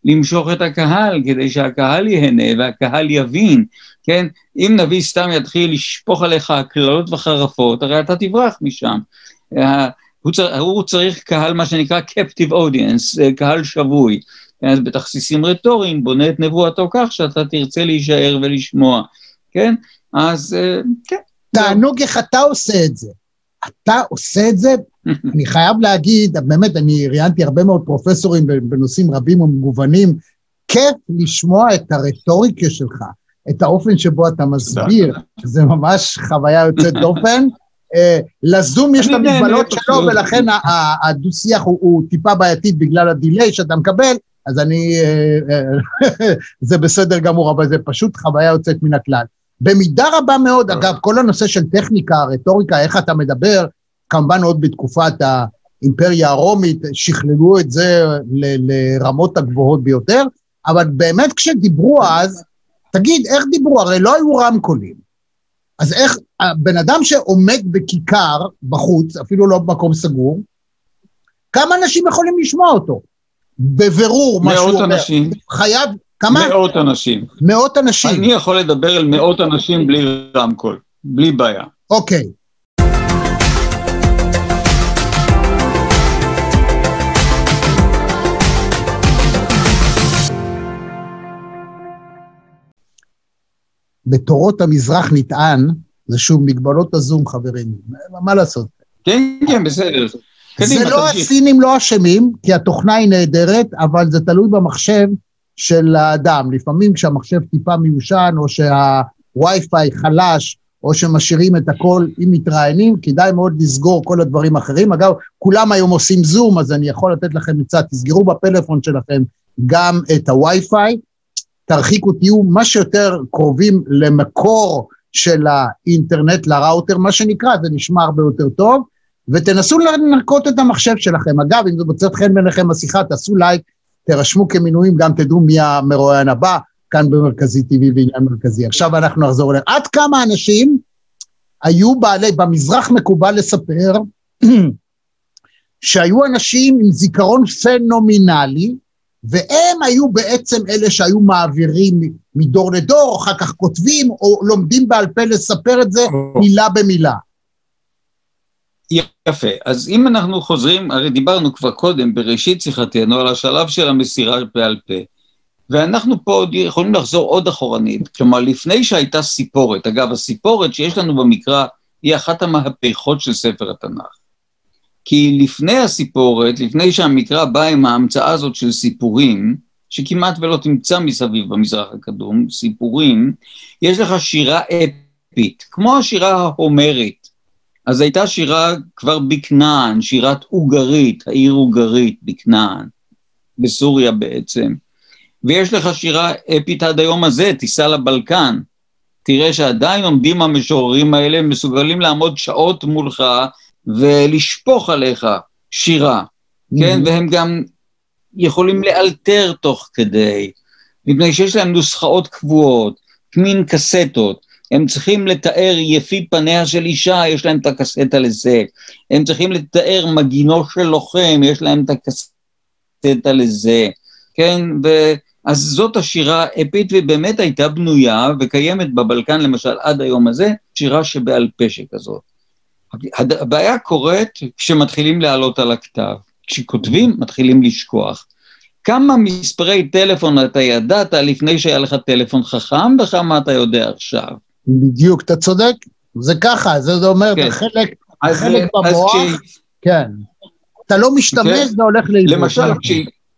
למשוך את הקהל, כדי שהקהל יהנה והקהל יבין, כן? אם נביא סתם יתחיל לשפוך עליך כללות וחרפות, הרי אתה תברח משם. הוא צריך, הוא צריך קהל, מה שנקרא captive audience, קהל שבוי. אז בתכסיסים רטוריים בונה את נבואתו כך שאתה תרצה להישאר ולשמוע, כן? אז כן. תענוג איך אתה עושה את זה. אתה עושה את זה, אני חייב להגיד, באמת, אני ראיינתי הרבה מאוד פרופסורים בנושאים רבים ומגוונים, כיף לשמוע את הרטוריקה שלך, את האופן שבו אתה מסביר, זה ממש חוויה יוצאת דופן, לזום יש את המגבלות שלו, ולכן הדו-שיח הוא טיפה בעייתית בגלל הדילי שאתה מקבל, אז אני, זה בסדר גמור, אבל זה פשוט חוויה יוצאת מן הכלל. במידה רבה מאוד, אגב, כל הנושא של טכניקה, רטוריקה, איך אתה מדבר, כמובן עוד בתקופת האימפריה הרומית, שכללו את זה ל- לרמות הגבוהות ביותר, אבל באמת כשדיברו אז, תגיד, איך דיברו? הרי לא היו רמקולים. אז איך, הבן אדם שעומד בכיכר בחוץ, אפילו לא במקום סגור, כמה אנשים יכולים לשמוע אותו? בבירור, מה שהוא אומר. מאות אנשים. חייב, כמה? מאות אנשים. מאות אנשים. אני יכול לדבר על מאות אנשים בלי רמקול, בלי בעיה. אוקיי. בתורות המזרח נטען, זה שוב מגבלות הזום חברים, מה לעשות? כן, כן, בסדר. זה לא הסינים לא אשמים, כי התוכנה היא נהדרת, אבל זה תלוי במחשב של האדם. לפעמים כשהמחשב טיפה מיושן, או שהווי-פיי חלש, או שמשאירים את הכל, אם מתראיינים, כדאי מאוד לסגור כל הדברים האחרים. אגב, כולם היום עושים זום, אז אני יכול לתת לכם קצת, תסגרו בפלאפון שלכם גם את הווי-פיי, תרחיקו, תהיו מה שיותר קרובים למקור של האינטרנט, לראוטר, מה שנקרא, זה נשמע הרבה יותר טוב, ותנסו לנקות את המחשב שלכם. אגב, אם זה מוצאת חן ביניכם השיחה, תעשו לייק, תרשמו כמינויים, גם תדעו מי המרואיין הבא, כאן במרכזי טבעי ועניין מרכזי. עכשיו אנחנו נחזור אליהם. עד כמה אנשים היו בעלי, במזרח מקובל לספר, שהיו אנשים עם זיכרון פנומנלי, והם היו בעצם אלה שהיו מעבירים מדור לדור, אחר כך כותבים, או לומדים בעל פה לספר את זה מילה במילה. יפה, אז אם אנחנו חוזרים, הרי דיברנו כבר קודם בראשית שיחתנו על השלב של המסירה בעל פה, ואנחנו פה יכולים לחזור עוד אחורנית, כלומר לפני שהייתה סיפורת, אגב הסיפורת שיש לנו במקרא היא אחת המהפכות של ספר התנ"ך, כי לפני הסיפורית, לפני שהמקרא בא עם ההמצאה הזאת של סיפורים, שכמעט ולא תמצא מסביב במזרח הקדום, סיפורים, יש לך שירה אפית, כמו השירה ההומרית. אז הייתה שירה כבר בכנען, שירת אוגרית, העיר אוגרית בכנען, בסוריה בעצם. ויש לך שירה אפית עד היום הזה, תיסע לבלקן. תראה שעדיין עומדים המשוררים האלה, הם מסוגלים לעמוד שעות מולך, ולשפוך עליך שירה, mm-hmm. כן? והם גם יכולים לאלתר תוך כדי, מפני שיש להם נוסחאות קבועות, כמין קסטות, הם צריכים לתאר יפי פניה של אישה, יש להם את הקסטה לזה, הם צריכים לתאר מגינו של לוחם, יש להם את הקסטה לזה, כן? ואז זאת השירה אפית, ובאמת הייתה בנויה, וקיימת בבלקן למשל עד היום הזה, שירה שבעל פה שכזאת. הבעיה קורית כשמתחילים לעלות על הכתב, כשכותבים מתחילים לשכוח. כמה מספרי טלפון אתה ידעת לפני שהיה לך טלפון חכם, וכמה אתה יודע עכשיו? בדיוק, אתה צודק, זה ככה, זה אומר, כן. חלק, חלק במוח, כש... כן, אתה לא משתמש, כן. זה הולך לאיבוד. למשל, כש...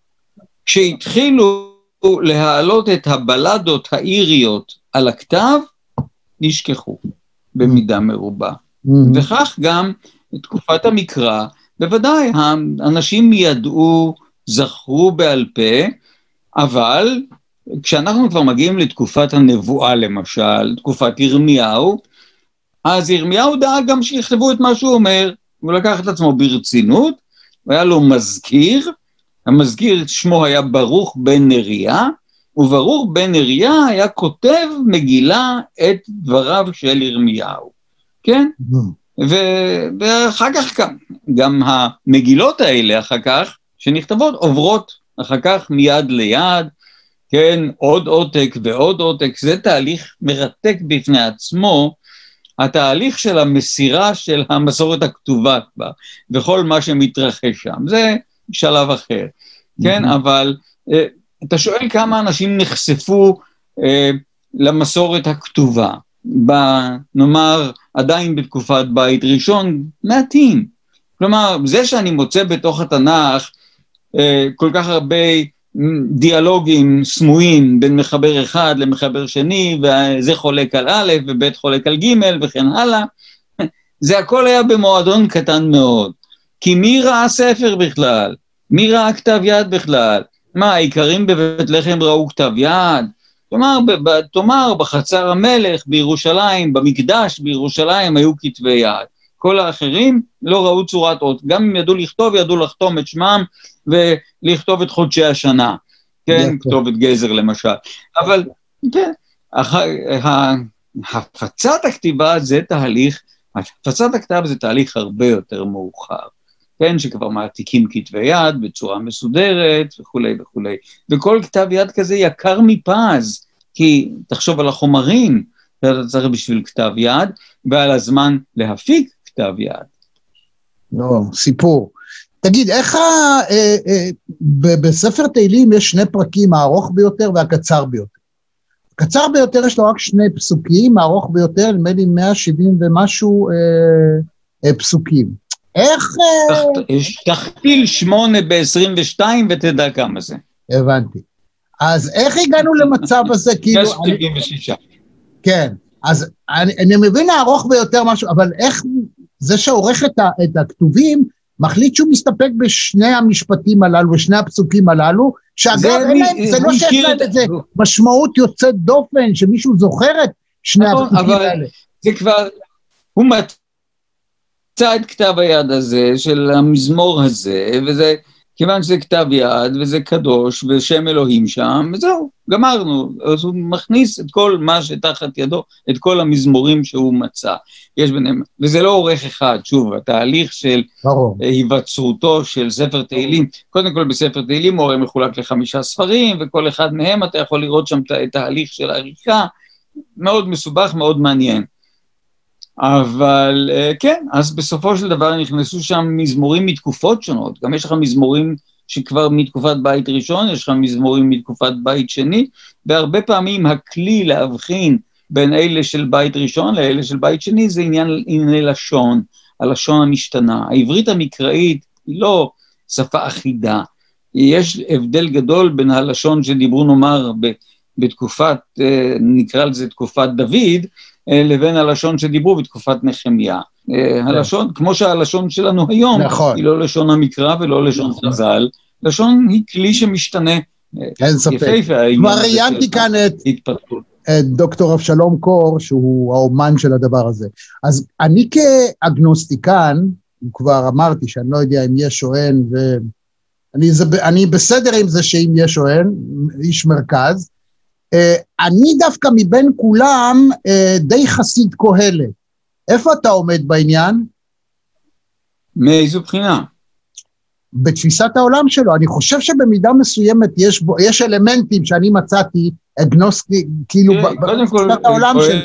כשהתחילו להעלות את הבלדות האיריות על הכתב, נשכחו במידה מרובה. וכך גם תקופת המקרא, בוודאי, האנשים ידעו, זכרו בעל פה, אבל כשאנחנו כבר מגיעים לתקופת הנבואה למשל, תקופת ירמיהו, אז ירמיהו דאג גם שיכתבו את מה שהוא אומר, הוא לקח את עצמו ברצינות, הוא היה לו מזכיר, המזכיר שמו היה ברוך בן נריה, וברוך בן נריה היה כותב מגילה את דבריו של ירמיהו. כן? ו- ואחר כך גם, גם המגילות האלה אחר כך, שנכתבות, עוברות אחר כך מיד ליד, כן, עוד עותק ועוד עותק, זה תהליך מרתק בפני עצמו, התהליך של המסירה של המסורת הכתובה בה, וכל מה שמתרחש שם, זה שלב אחר, כן, אבל אתה שואל כמה אנשים נחשפו למסורת הכתובה, נאמר עדיין בתקופת בית ראשון, מעטים, כלומר זה שאני מוצא בתוך התנ"ך כל כך הרבה דיאלוגים סמויים בין מחבר אחד למחבר שני, וזה חולק על א' וב' חולק על ג' וכן הלאה, זה הכל היה במועדון קטן מאוד, כי מי ראה ספר בכלל? מי ראה כתב יד בכלל? מה, העיקרים בבית לחם ראו כתב יד? כלומר, תאמר, בחצר המלך בירושלים, במקדש בירושלים היו כתבי יד, כל האחרים לא ראו צורת אות, גם אם ידעו לכתוב, ידעו לחתום את שמם, ולכתוב את חודשי השנה, כן, כתוב את גזר למשל, אבל כן, הפצת הכתיבה זה תהליך, הפצת הכתב זה תהליך הרבה יותר מאוחר, כן, שכבר מעתיקים כתבי יד בצורה מסודרת וכו' וכו', וכל כתב יד כזה יקר מפז, כי תחשוב על החומרים, שאתה צריך בשביל כתב יד, ועל הזמן להפיק כתב יד. לא, סיפור. תגיד, איך ה, אה, אה, ב- בספר תהילים יש שני פרקים, הארוך ביותר והקצר ביותר. הקצר ביותר יש לו רק שני פסוקים, הארוך ביותר, נדמה לי מאה שבעים ומשהו אה, אה, פסוקים. איך... אה... תכפיל שמונה ב-עשרים ושתיים ותדע כמה זה. הבנתי. אז איך הגענו למצב הזה? כאילו... שבעים ושש. כן, אז אני, אני מבין הארוך ביותר משהו, אבל איך זה שעורך את, ה, את הכתובים, מחליט שהוא מסתפק בשני המשפטים הללו, בשני הפסוקים הללו, שאגב, אין להם, זה לא שיש להם את זה משמעות יוצאת דופן, שמישהו זוכר את שני הפסוקים האלה. זה כבר, הוא מצא את כתב היד הזה, של המזמור הזה, וזה, כיוון שזה כתב יד, וזה קדוש, ושם אלוהים שם, וזהו, גמרנו. אז הוא מכניס את כל מה שתחת ידו, את כל המזמורים שהוא מצא. יש ביניהם, וזה לא עורך אחד, שוב, התהליך של היווצרותו של ספר תהילים, קודם כל בספר תהילים הוא הרי מחולק לחמישה ספרים, וכל אחד מהם אתה יכול לראות שם את התהליך של העריכה, מאוד מסובך, מאוד מעניין. אבל כן, אז בסופו של דבר נכנסו שם מזמורים מתקופות שונות, גם יש לך מזמורים שכבר מתקופת בית ראשון, יש לך מזמורים מתקופת בית שני, והרבה פעמים הכלי להבחין בין אלה של בית ראשון לאלה של בית שני, זה עניין, ענייני לשון, הלשון המשתנה. העברית המקראית היא לא שפה אחידה, יש הבדל גדול בין הלשון שדיברו נאמר בתקופת, נקרא לזה תקופת דוד, לבין הלשון שדיברו בתקופת נחמיה. הלשון, כמו שהלשון שלנו היום, היא לא לשון המקרא ולא לשון חז"ל, לשון היא כלי שמשתנה. אין ספק. כבר ראיינתי כאן את דוקטור אבשלום קור, שהוא האומן של הדבר הזה. אז אני כאגנוסטיקן, כבר אמרתי שאני לא יודע אם יש שואן, ואני בסדר עם זה שאם יש שואן, איש מרכז, אני דווקא מבין כולם די חסיד קהלת. איפה אתה עומד בעניין? מאיזו בחינה? בתפיסת העולם שלו. אני חושב שבמידה מסוימת יש, בו, יש אלמנטים שאני מצאתי אגנוסטי, כאילו בתפיסת העולם שלו.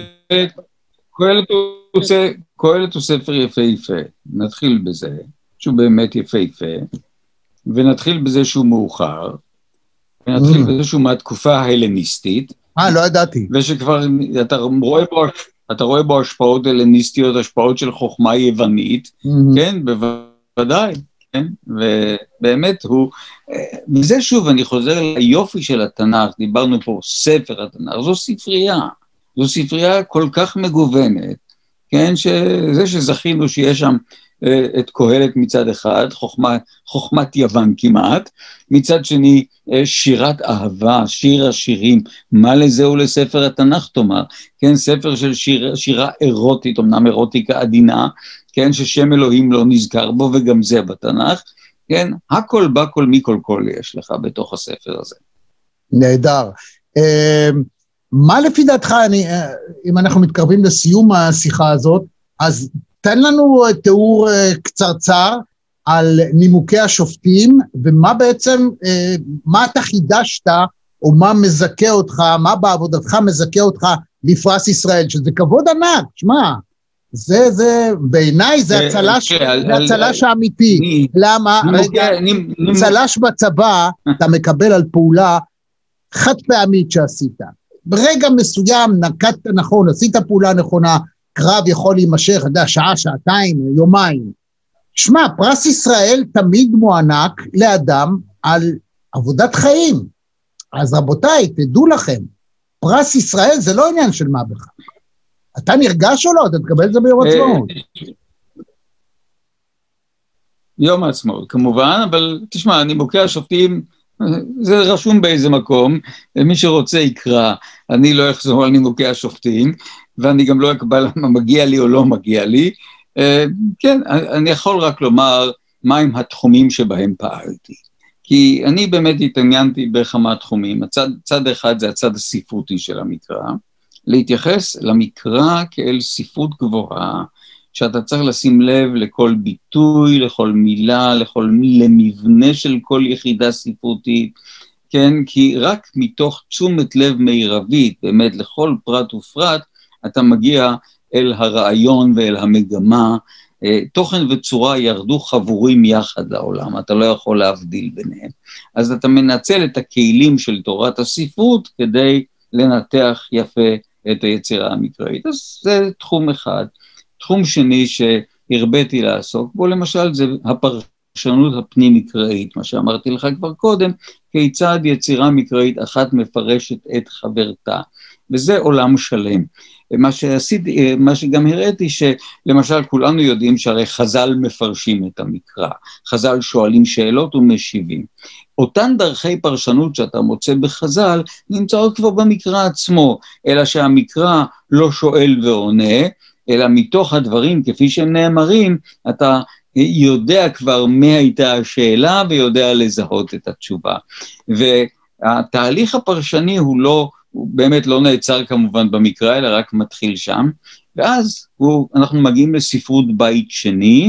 קהלת הוא ספר יפהפה, נתחיל בזה, שהוא באמת יפהפה, ונתחיל בזה שהוא מאוחר, ונתחיל בזה שהוא מהתקופה ההלניסטית. אה, לא ידעתי. ושכבר, אתה רואה בו, אתה רואה בו השפעות הלניסטיות, השפעות של חוכמה יוונית, כן, בוודאי, כן, ובאמת הוא, וזה שוב, אני חוזר ליופי של התנ"ך, דיברנו פה ספר התנ"ך, זו ספרייה, זו ספרייה כל כך מגוונת, כן, שזה שזכינו שיש שם את קהלת מצד אחד, חוכמה, חוכמת יוון כמעט, מצד שני שירת אהבה, שיר השירים, מה לזה הוא לספר התנ"ך תאמר, כן, ספר של שיר, שירה אירוטית, אמנם אירוטיקה עדינה, כן, ששם אלוהים לא נזכר בו, וגם זה בתנ"ך, כן, הכל בא כל מי כל כל יש לך בתוך הספר הזה. נהדר. מה לפי דעתך, אני, אם אנחנו מתקרבים לסיום השיחה הזאת, אז תן לנו תיאור קצרצר על נימוקי השופטים, ומה בעצם, מה אתה חידשת, או מה מזכה אותך, מה בעבודתך מזכה אותך לפרס ישראל, שזה כבוד ענק, שמה, זה, זה, בעיניי זה הצלש, זה הצלש האמיתי. למה? רגע, צלש בצבא, אתה מקבל על פעולה חד פעמית שעשית. ברגע מסוים נקטת נכון, עשית פעולה נכונה, קרב יכול להימשך, אתה יודע, שעה, שעתיים, יומיים. שמע, פרס ישראל תמיד מוענק לאדם על עבודת חיים. אז רבותיי, תדעו לכם, פרס ישראל זה לא עניין של מה בכך. אתה נרגש או לא? אתה תקבל את זה ביום העצמאות. יום העצמאות, כמובן, אבל תשמע, נימוקי השופטים, זה רשום באיזה מקום, מי שרוצה יקרא, אני לא אחזור על נימוקי השופטים, ואני גם לא אקבל מה מגיע לי או לא מגיע לי, כן, אני יכול רק לומר מהם התחומים שבהם פעלתי, כי אני באמת התעניינתי בכמה תחומים, הצד, צד אחד זה הצד הספרותי של המקרא, להתייחס למקרא כאל ספרות גבוהה, שאתה צריך לשים לב לכל ביטוי, לכל מילה, לכל למבנה של כל יחידה ספרותית, כן, כי רק מתוך תשומת לב מירבית, באמת לכל פרט ופרט, אתה מגיע אל הרעיון ואל המגמה, תוכן וצורה ירדו חבורים יחד לעולם, אתה לא יכול להבדיל ביניהם. אז אתה מנצל את הכלים של תורת הספרות, כדי לנתח יפה את היצירה המקראית. אז זה תחום אחד. תחום שני שהרבאתי לעסוק בו, למשל, זה הפרשנות הפנים-מקראית, מה שאמרתי לך כבר קודם, כיצד יצירה מקראית אחת מפרשת את חברתה, וזה עולם שלם. מה שעשיתי, מה שגם הראיתי, שלמשל כולנו יודעים שהרי חז"ל מפרשים את המקרא, חז"ל שואלים שאלות ומשיבים. אותן דרכי פרשנות שאתה מוצא בחז"ל, נמצאות כבר במקרא עצמו, אלא שהמקרא לא שואל ועונה, אלא מתוך הדברים כפי שהם נאמרים, אתה יודע כבר מה הייתה השאלה, ויודע לזהות את התשובה. והתהליך הפרשני הוא לא, הוא באמת לא נעצר כמובן במקרא, אלא רק מתחיל שם, ואז הוא, אנחנו מגיעים לספרות בית שני,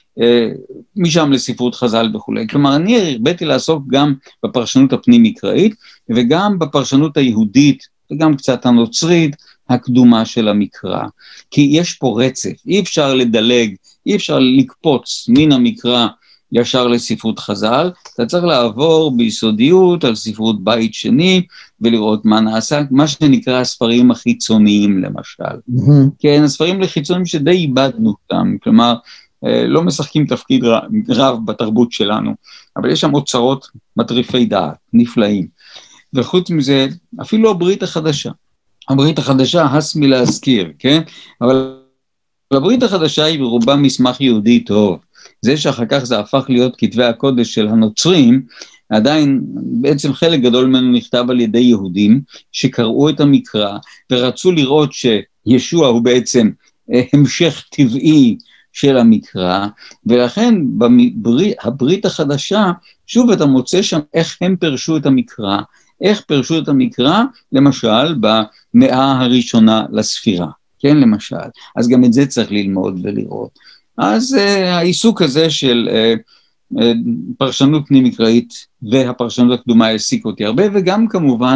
משם לספרות חז"ל וכו'. כלומר, אני הרבאתי לעסוק גם בפרשנות הפנים-מקראית, וגם בפרשנות היהודית, וגם קצת הנוצרית, הקדומה של המקרא. כי יש פה רצף, אי אפשר לדלג, אי אפשר לקפוץ מן המקרא ישר לספרות חז"ל, אתה צריך לעבור ביסודיות על ספרות בית שני, ולראות מה נעשה, מה שנקרא הספרים החיצוניים למשל. Mm-hmm. כן, הספרים לחיצוניים שדי איבדנו אותם, כלומר, לא משחקים תפקיד רב בתרבות שלנו, אבל יש שם אוצרות מטריפי דעת, נפלאים. וחוץ מזה, אפילו הברית החדשה. הברית החדשה, הס מלהזכיר, כן? אבל הברית החדשה היא ברובה מסמך יהודי טוב. זה שאחר כך זה הפך להיות כתבי הקודש של הנוצרים, עדיין בעצם חלק גדול ממנו נכתב על ידי יהודים, שקראו את המקרא, ורצו לראות שישוע הוא בעצם המשך טבעי של המקרא, ולכן בברית, הברית החדשה, שוב אתה מוצא שם איך הם פרשו את המקרא, איך פרשו את המקרא, למשל במאה הראשונה לספירה, כן למשל, אז גם את זה צריך ללמוד ולראות. אז uh, העיסוק הזה של uh, uh, פרשנות פנים מקראית והפרשנות הקדומה העסיק אותי הרבה, וגם כמובן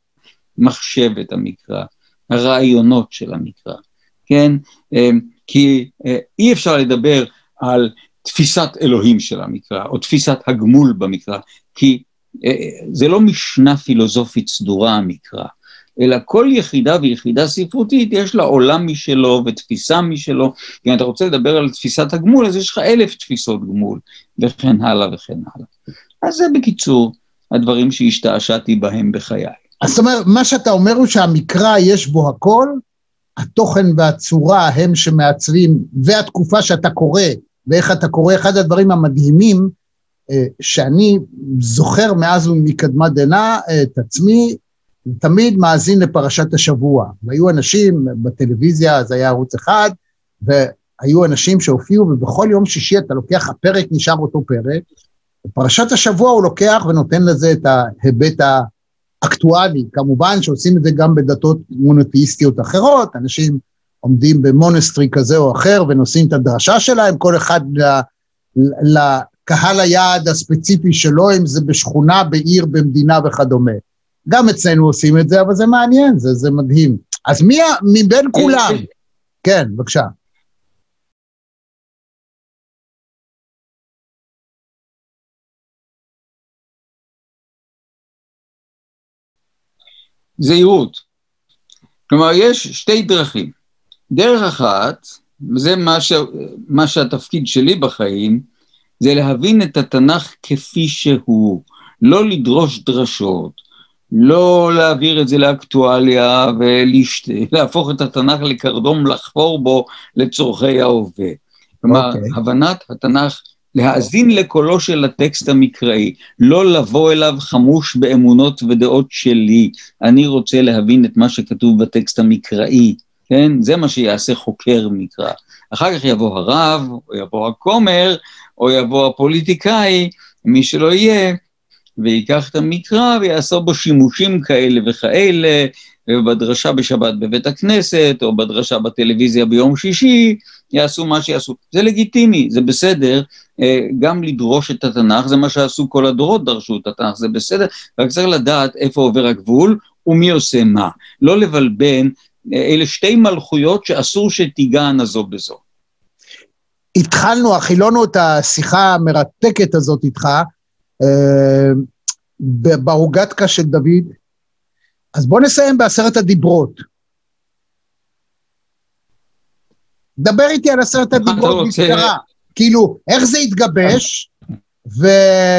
מחשבת המקרא, הרעיונות של המקרא, כן, uh, כי uh, אי אפשר לדבר על תפיסת אלוהים של המקרא, או תפיסת הגמול במקרא, כי זה לא משנה פילוסופית סדורה המקרא, אלא כל יחידה ויחידה ספרותית יש לה עולם משלו ותפיסה משלו, אם אתה רוצה לדבר על תפיסת הגמול, אז יש לך אלף תפיסות גמול, וכן הלאה וכן הלאה. אז זה בקיצור, הדברים שהשתעשעתי בהם בחיי. אז זאת אומרת, מה שאתה אומר הוא שהמקרא יש בו הכל, התוכן והצורה הם שמעצבים, והתקופה שאתה קורא, ואיך אתה קורא, אחד הדברים המדהימים, שאני זוכר מאז ומקדמת דנא את עצמי, תמיד מאזין לפרשת השבוע, והיו אנשים בטלוויזיה, אז היה ערוץ אחד, והיו אנשים שהופיעו, ובכל יום שישי אתה לוקח, הפרק נשאר אותו פרק, פרשת השבוע הוא לוקח ונותן לזה את ההיבט האקטואלי, כמובן שעושים את זה גם בדתות מונותאיסטיות אחרות, אנשים עומדים במונסטרי כזה או אחר, ונושאים את הדרשה שלהם, כל אחד לקהל היעד הספציפי שלו, אם זה בשכונה, בעיר, במדינה וכדומה. גם אצלנו עושים את זה, אבל זה מעניין, זה, זה מדהים. אז מי, מבין כולם? כן, בבקשה. זהירות. כלומר, יש שתי דרכים. דרך אחת, וזה מה, ש... מה שהתפקיד שלי בחיים, זה להבין את התנ"ך כפי שהוא, לא לדרוש דרשות, לא להעביר את זה לאקטואליה ולהפוך את התנ"ך לקרדום לחפור בו לצורכי ההווה. כלומר, okay. הבנת התנ"ך, להאזין לקולו של הטקסט המקראי, לא לבוא אליו חמוש באמונות ודעות שלי, אני רוצה להבין את מה שכתוב בטקסט המקראי, כן? זה מה שיעשה חוקר מקרא. אחר כך יבוא הרב, או יבוא הכומר, או יבוא הפוליטיקאי, מי שלא יהיה, ויקח את המקרא ויעשו בו שימושים כאלה וכאלה, ובדרשה בשבת בבית הכנסת, או בדרשה בטלוויזיה ביום שישי, יעשו מה שיעשו. זה לגיטימי, זה בסדר, גם לדרוש את התנ"ך, זה מה שעשו כל הדורות, דרשו את התנ"ך, זה בסדר, רק צריך לדעת איפה עובר הגבול, ומי עושה מה. לא לבלבן, אלה שתי מלכויות שאסור שתיגענה זו בזו. התחלנו, החילונו את השיחה המרתקת הזאת איתך, ברוגטקה של דוד, אז בוא נסיים בעשרת הדיברות. דבר איתי על עשרת הדיברות בקצרה, כאילו, איך זה התגבש, ו...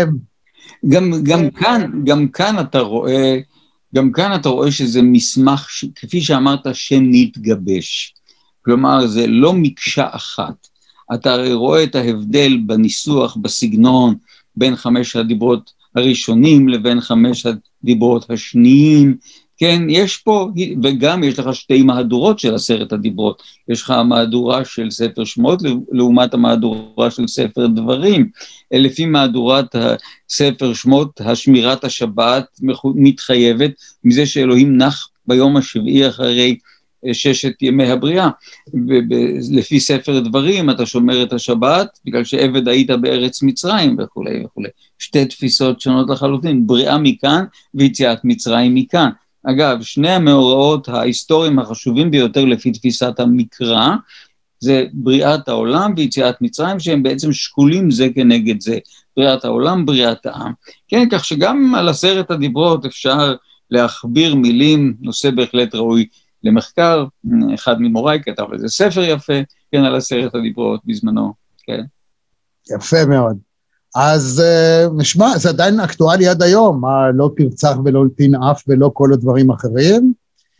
גם, גם כאן, גם כאן אתה רואה, גם כאן אתה רואה שזה מסמך, כפי שאמרת, שנתגבש. כלומר, זה לא מקשה אחת. אתה רואה את ההבדל בניסוח, בסגנון, בין חמש הדיברות הראשונים לבין חמש הדיברות השניים, כן, יש פה, וגם יש לך שתי מהדורות של עשרת הדיברות, יש לך המהדורה של ספר שמות, לעומת המהדורה של ספר דברים, לפי מהדורת ספר שמות, השמירת השבת מתחייבת, מזה שאלוהים נח ביום השביעי אחרי ששת ימי הבריאה, ולפי ספר דברים אתה שומר את השבת, בגלל שעבד היית בארץ מצרים וכו' וכו'. שתי תפיסות שונות לחלוטין, בריאה מכאן ויציאת מצרים מכאן. אגב, שני המאורעות ההיסטוריים החשובים ביותר לפי תפיסת המקרא, זה בריאת העולם ויציאת מצרים, שהם בעצם שקולים זה כנגד זה, בריאת העולם, בריאת העם. כן, כך שגם על עשרת הדיברות אפשר להכביר מילים, נושא בהחלט ראוי למחקר, אחד ממוריי כתב לזה ספר יפה, כן, על עשרת הדיברות בזמנו, כן. יפה מאוד. אז נשמע, זה עדיין אקטואלי עד היום, מה, לא תרצח ולא תנאף ולא כל הדברים אחרים.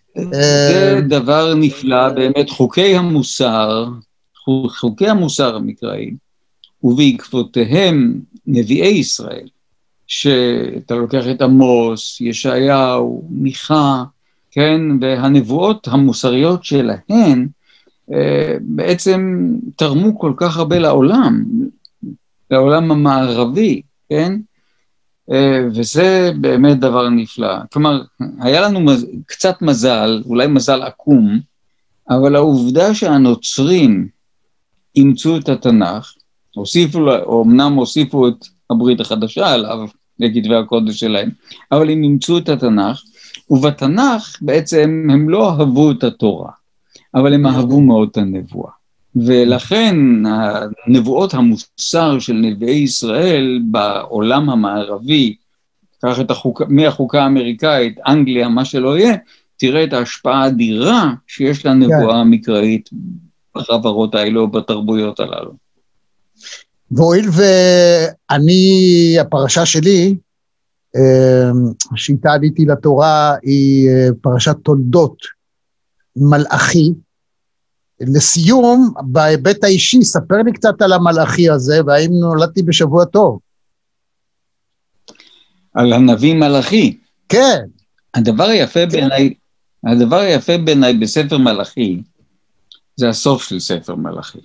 זה דבר נפלא, באמת, חוקי המוסר, חוקי המוסר המקראי, ובעקבותיהם נביאי ישראל, שאתה לוקח את עמוס, ישעיהו, מיכה, כן, והנבואות המוסריות שלהן, בעצם תרמו כל כך הרבה לעולם, לעולם המערבי, כן? וזה באמת דבר נפלא. כלומר, היה לנו מז... קצת מזל, אולי מזל עקום, אבל העובדה שהנוצרים אימצו את התנ"ך, הוסיפו, או אמנם הוסיפו את הברית החדשה עליו, לכתבי הקודש שלהם, אבל הם אימצו את התנ"ך, ובתנ"ך בעצם הם לא אהבו את התורה, אבל הם אהבו מאוד את הנבואה. ולכן הנבואות המוסר של נביאי ישראל בעולם המערבי, קח את החוקה, מהחוקה האמריקאית, אנגליה, מה שלא יהיה, תראה את ההשפעה האדירה שיש לנבואה המקראית בחברות האלו או בתרבויות הללו. והואיל ואני, הפרשה שלי, שאיתה עליתי לתורה, היא פרשת תולדות מלאכי, לסיום, בהיבט האישי, ספר לי קצת על המלאכי הזה, והאם נולדתי בשבוע טוב. על הנביא מלאכי. כן. הדבר היפה בעיניי, הדבר היפה בעיניי בספר מלאכי, זה הסוף של ספר מלאכי.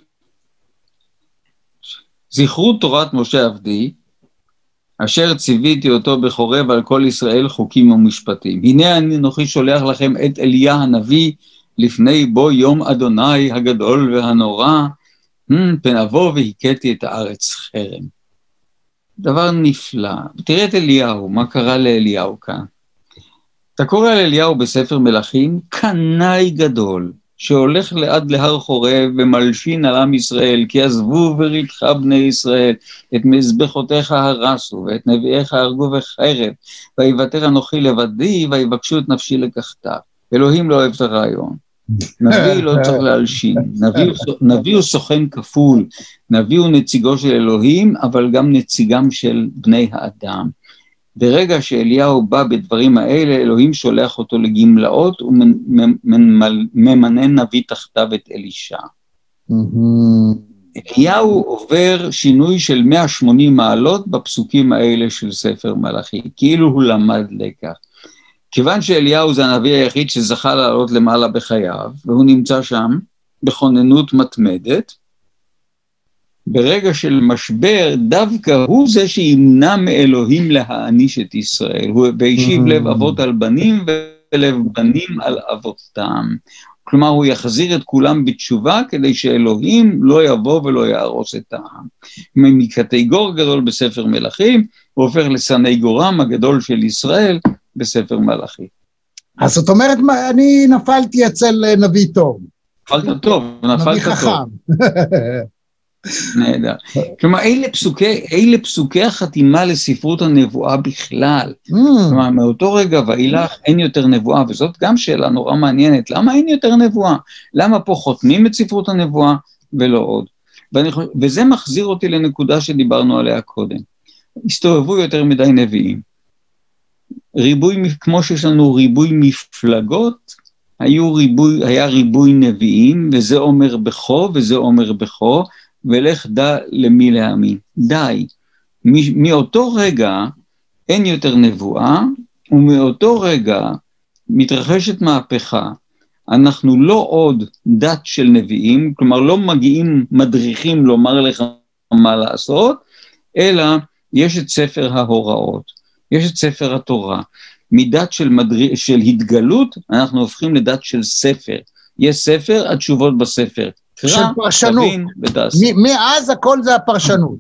זכרו תורת משה עבדי, אשר ציוויתי אותו בחורב על כל ישראל חוקים ומשפטים. הנה אני אנוכי שולח לכם את אליה הנביא, לפני בו יום אדוני הגדול והנורא, פן אבוא והכיתי את הארץ חרם. דבר נפלא. תראה את אליהו, מה קרה לאליהו כאן. אתה קורא על אליהו בספר מלכים, קנאי גדול, שהולך לעד להר חורב ומלשין על עם ישראל, כי עזבו וריתך בני ישראל, את מזבחותיך הרסו, ואת נביאיך הרגו בחרב, ויוותר אנוכי לבדי, ויבקשו את נפשי לקחתה. אלוהים לא אוהב את הרעיון. נביא לא צריך להלשין, נביא, נביא הוא סוכן כפול, נביא הוא נציגו של אלוהים, אבל גם נציגם של בני האדם. ברגע שאליהו בא בדברים האלה, אלוהים שולח אותו לגמלאות, וממנה נביא תחתיו את אלישע. אליהו עובר שינוי של מאה ושמונים מעלות בפסוקים האלה של ספר מלאכי, כאילו הוא למד לקח. כיוון שאליהו זה הנביא היחיד שזכה לעלות למעלה בחייו, והוא נמצא שם בכוננות מתמדת, ברגע של משבר, דווקא הוא זה שימנע מאלוהים להעניש את ישראל, הוא והשיב לב אבות על בנים ולב בנים על אבותם, כלומר הוא יחזיר את כולם בתשובה, כדי שאלוהים לא יבוא ולא יהרוס את העם. מקטגור גדול בספר מלכים, הוא הופך לסנגורם הגדול של ישראל בספר מלאכי. אז זאת אומרת, אני נפלתי אצל נביא טוב. נפלת טוב, נפלת נביא חכם. נהדר. כלומר, אלה פסוקי, אלה פסוקי החתימה לספרות הנבואה בכלל. כלומר, מאותו רגע ואילך אין יותר נבואה, וזאת גם שאלה נורא מעניינת. למה אין יותר נבואה? למה פה חותמים את ספרות הנבואה ולא עוד? ואני, וזה מחזיר אותי לנקודה שדיברנו עליה קודם. הסתובבו יותר מדי נביאים. ריבוי, כמו שיש לנו ריבוי מפלגות, היו ריבוי, היה ריבוי נביאים, וזה אומר בכו, וזה אומר בכו, ולך דע למי להאמין. די. מאותו רגע אין יותר נבואה, ומאותו רגע מתרחשת מהפכה. אנחנו לא עוד דת של נביאים, כלומר לא מגיעים מדריכים לומר לך מה לעשות, אלא יש את ספר ההוראות, יש את ספר התורה. מדת של, מדריך, של התגלות, אנחנו הופכים לדת של ספר. יש ספר, התשובות בספר. של פרשנות. מאז הכל זה הפרשנות.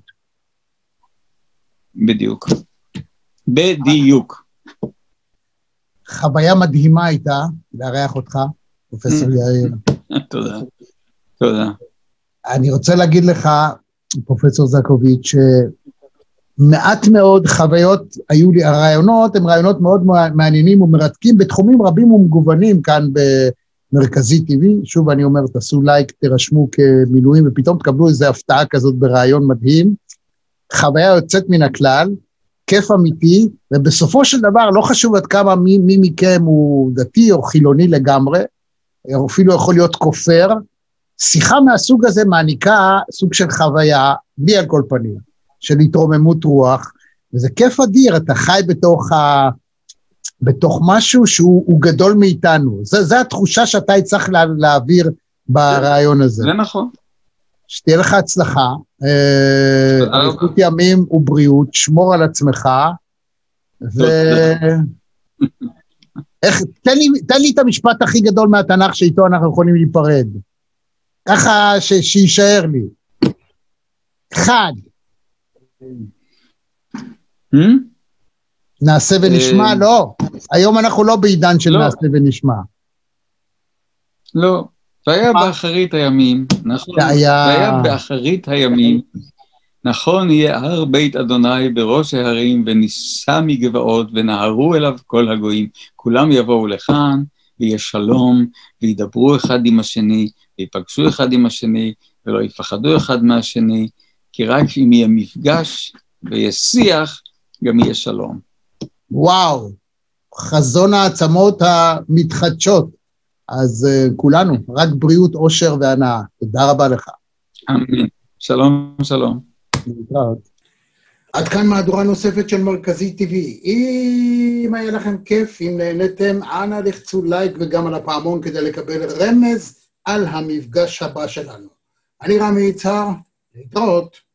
בדיוק. בדיוק. חוויה מדהימה הייתה לארח אותך, פרופסור יאיר. תודה. תודה. אני רוצה להגיד לך, פרופסור זקוביץ', מעט מאוד חוויות היו לי, הרעיונות הם רעיונות מאוד מעניינים ומרתקים בתחומים רבים ומגוונים כאן במרכזי טבעי. שוב אני אומר, תעשו לייק, תרשמו כמילואים, ופתאום תקבלו איזו הפתעה כזאת ברעיון מדהים. חוויה יוצאת מן הכלל, כיף אמיתי, ובסופו של דבר לא חשוב עד כמה מי, מי מכם הוא דתי או חילוני לגמרי, או אפילו יכול להיות כופר, שיחה מהסוג הזה מעניקה סוג של חוויה, בלי על כל פנים. של התרוממות רוח, וזה כיף אדיר, אתה חי בתוך, ה... בתוך משהו שהוא גדול מאיתנו, זה, זה התחושה שאתה צריך לה, להעביר ברעיון הזה. זה נכון. שתהיה לך הצלחה, אריכות ימים ובריאות, שמור על עצמך, ו... איך, תן לי, תן לי את המשפט הכי גדול מהתנ"ך שאיתו אנחנו יכולים להיפרד, ככה ש... שישאר לי. אחד, נעשה ונשמע? לא. היום אנחנו לא בעידן של נעשה ונשמע. לא. והיה באחרית הימים, נכון, והיה באחרית הימים, נכון יהיה הר בית אדוני בראש ההרים, ונישא מגבעות, ונהרו אליו כל הגויים. כולם יבואו לכאן, ויהיה שלום, וידברו אחד עם השני, ויפגשו אחד עם השני, ולא יפחדו אחד מהשני, כי רק אם יהיה מפגש ויהיה שיח, גם יהיה שלום. וואו, חזון העצמות המתחדשות. אז uh, כולנו, רק בריאות, אושר והנאה. תודה רבה לך. אמן. שלום, שלום. עד כאן מהדורה נוספת של מרכזי טבעי. אם היה לכם כיף, אם נהנתם, אנא לחצו לייק וגם על הפעמון כדי לקבל רמז על המפגש הבא שלנו. אני רמי יצהר, להתראות.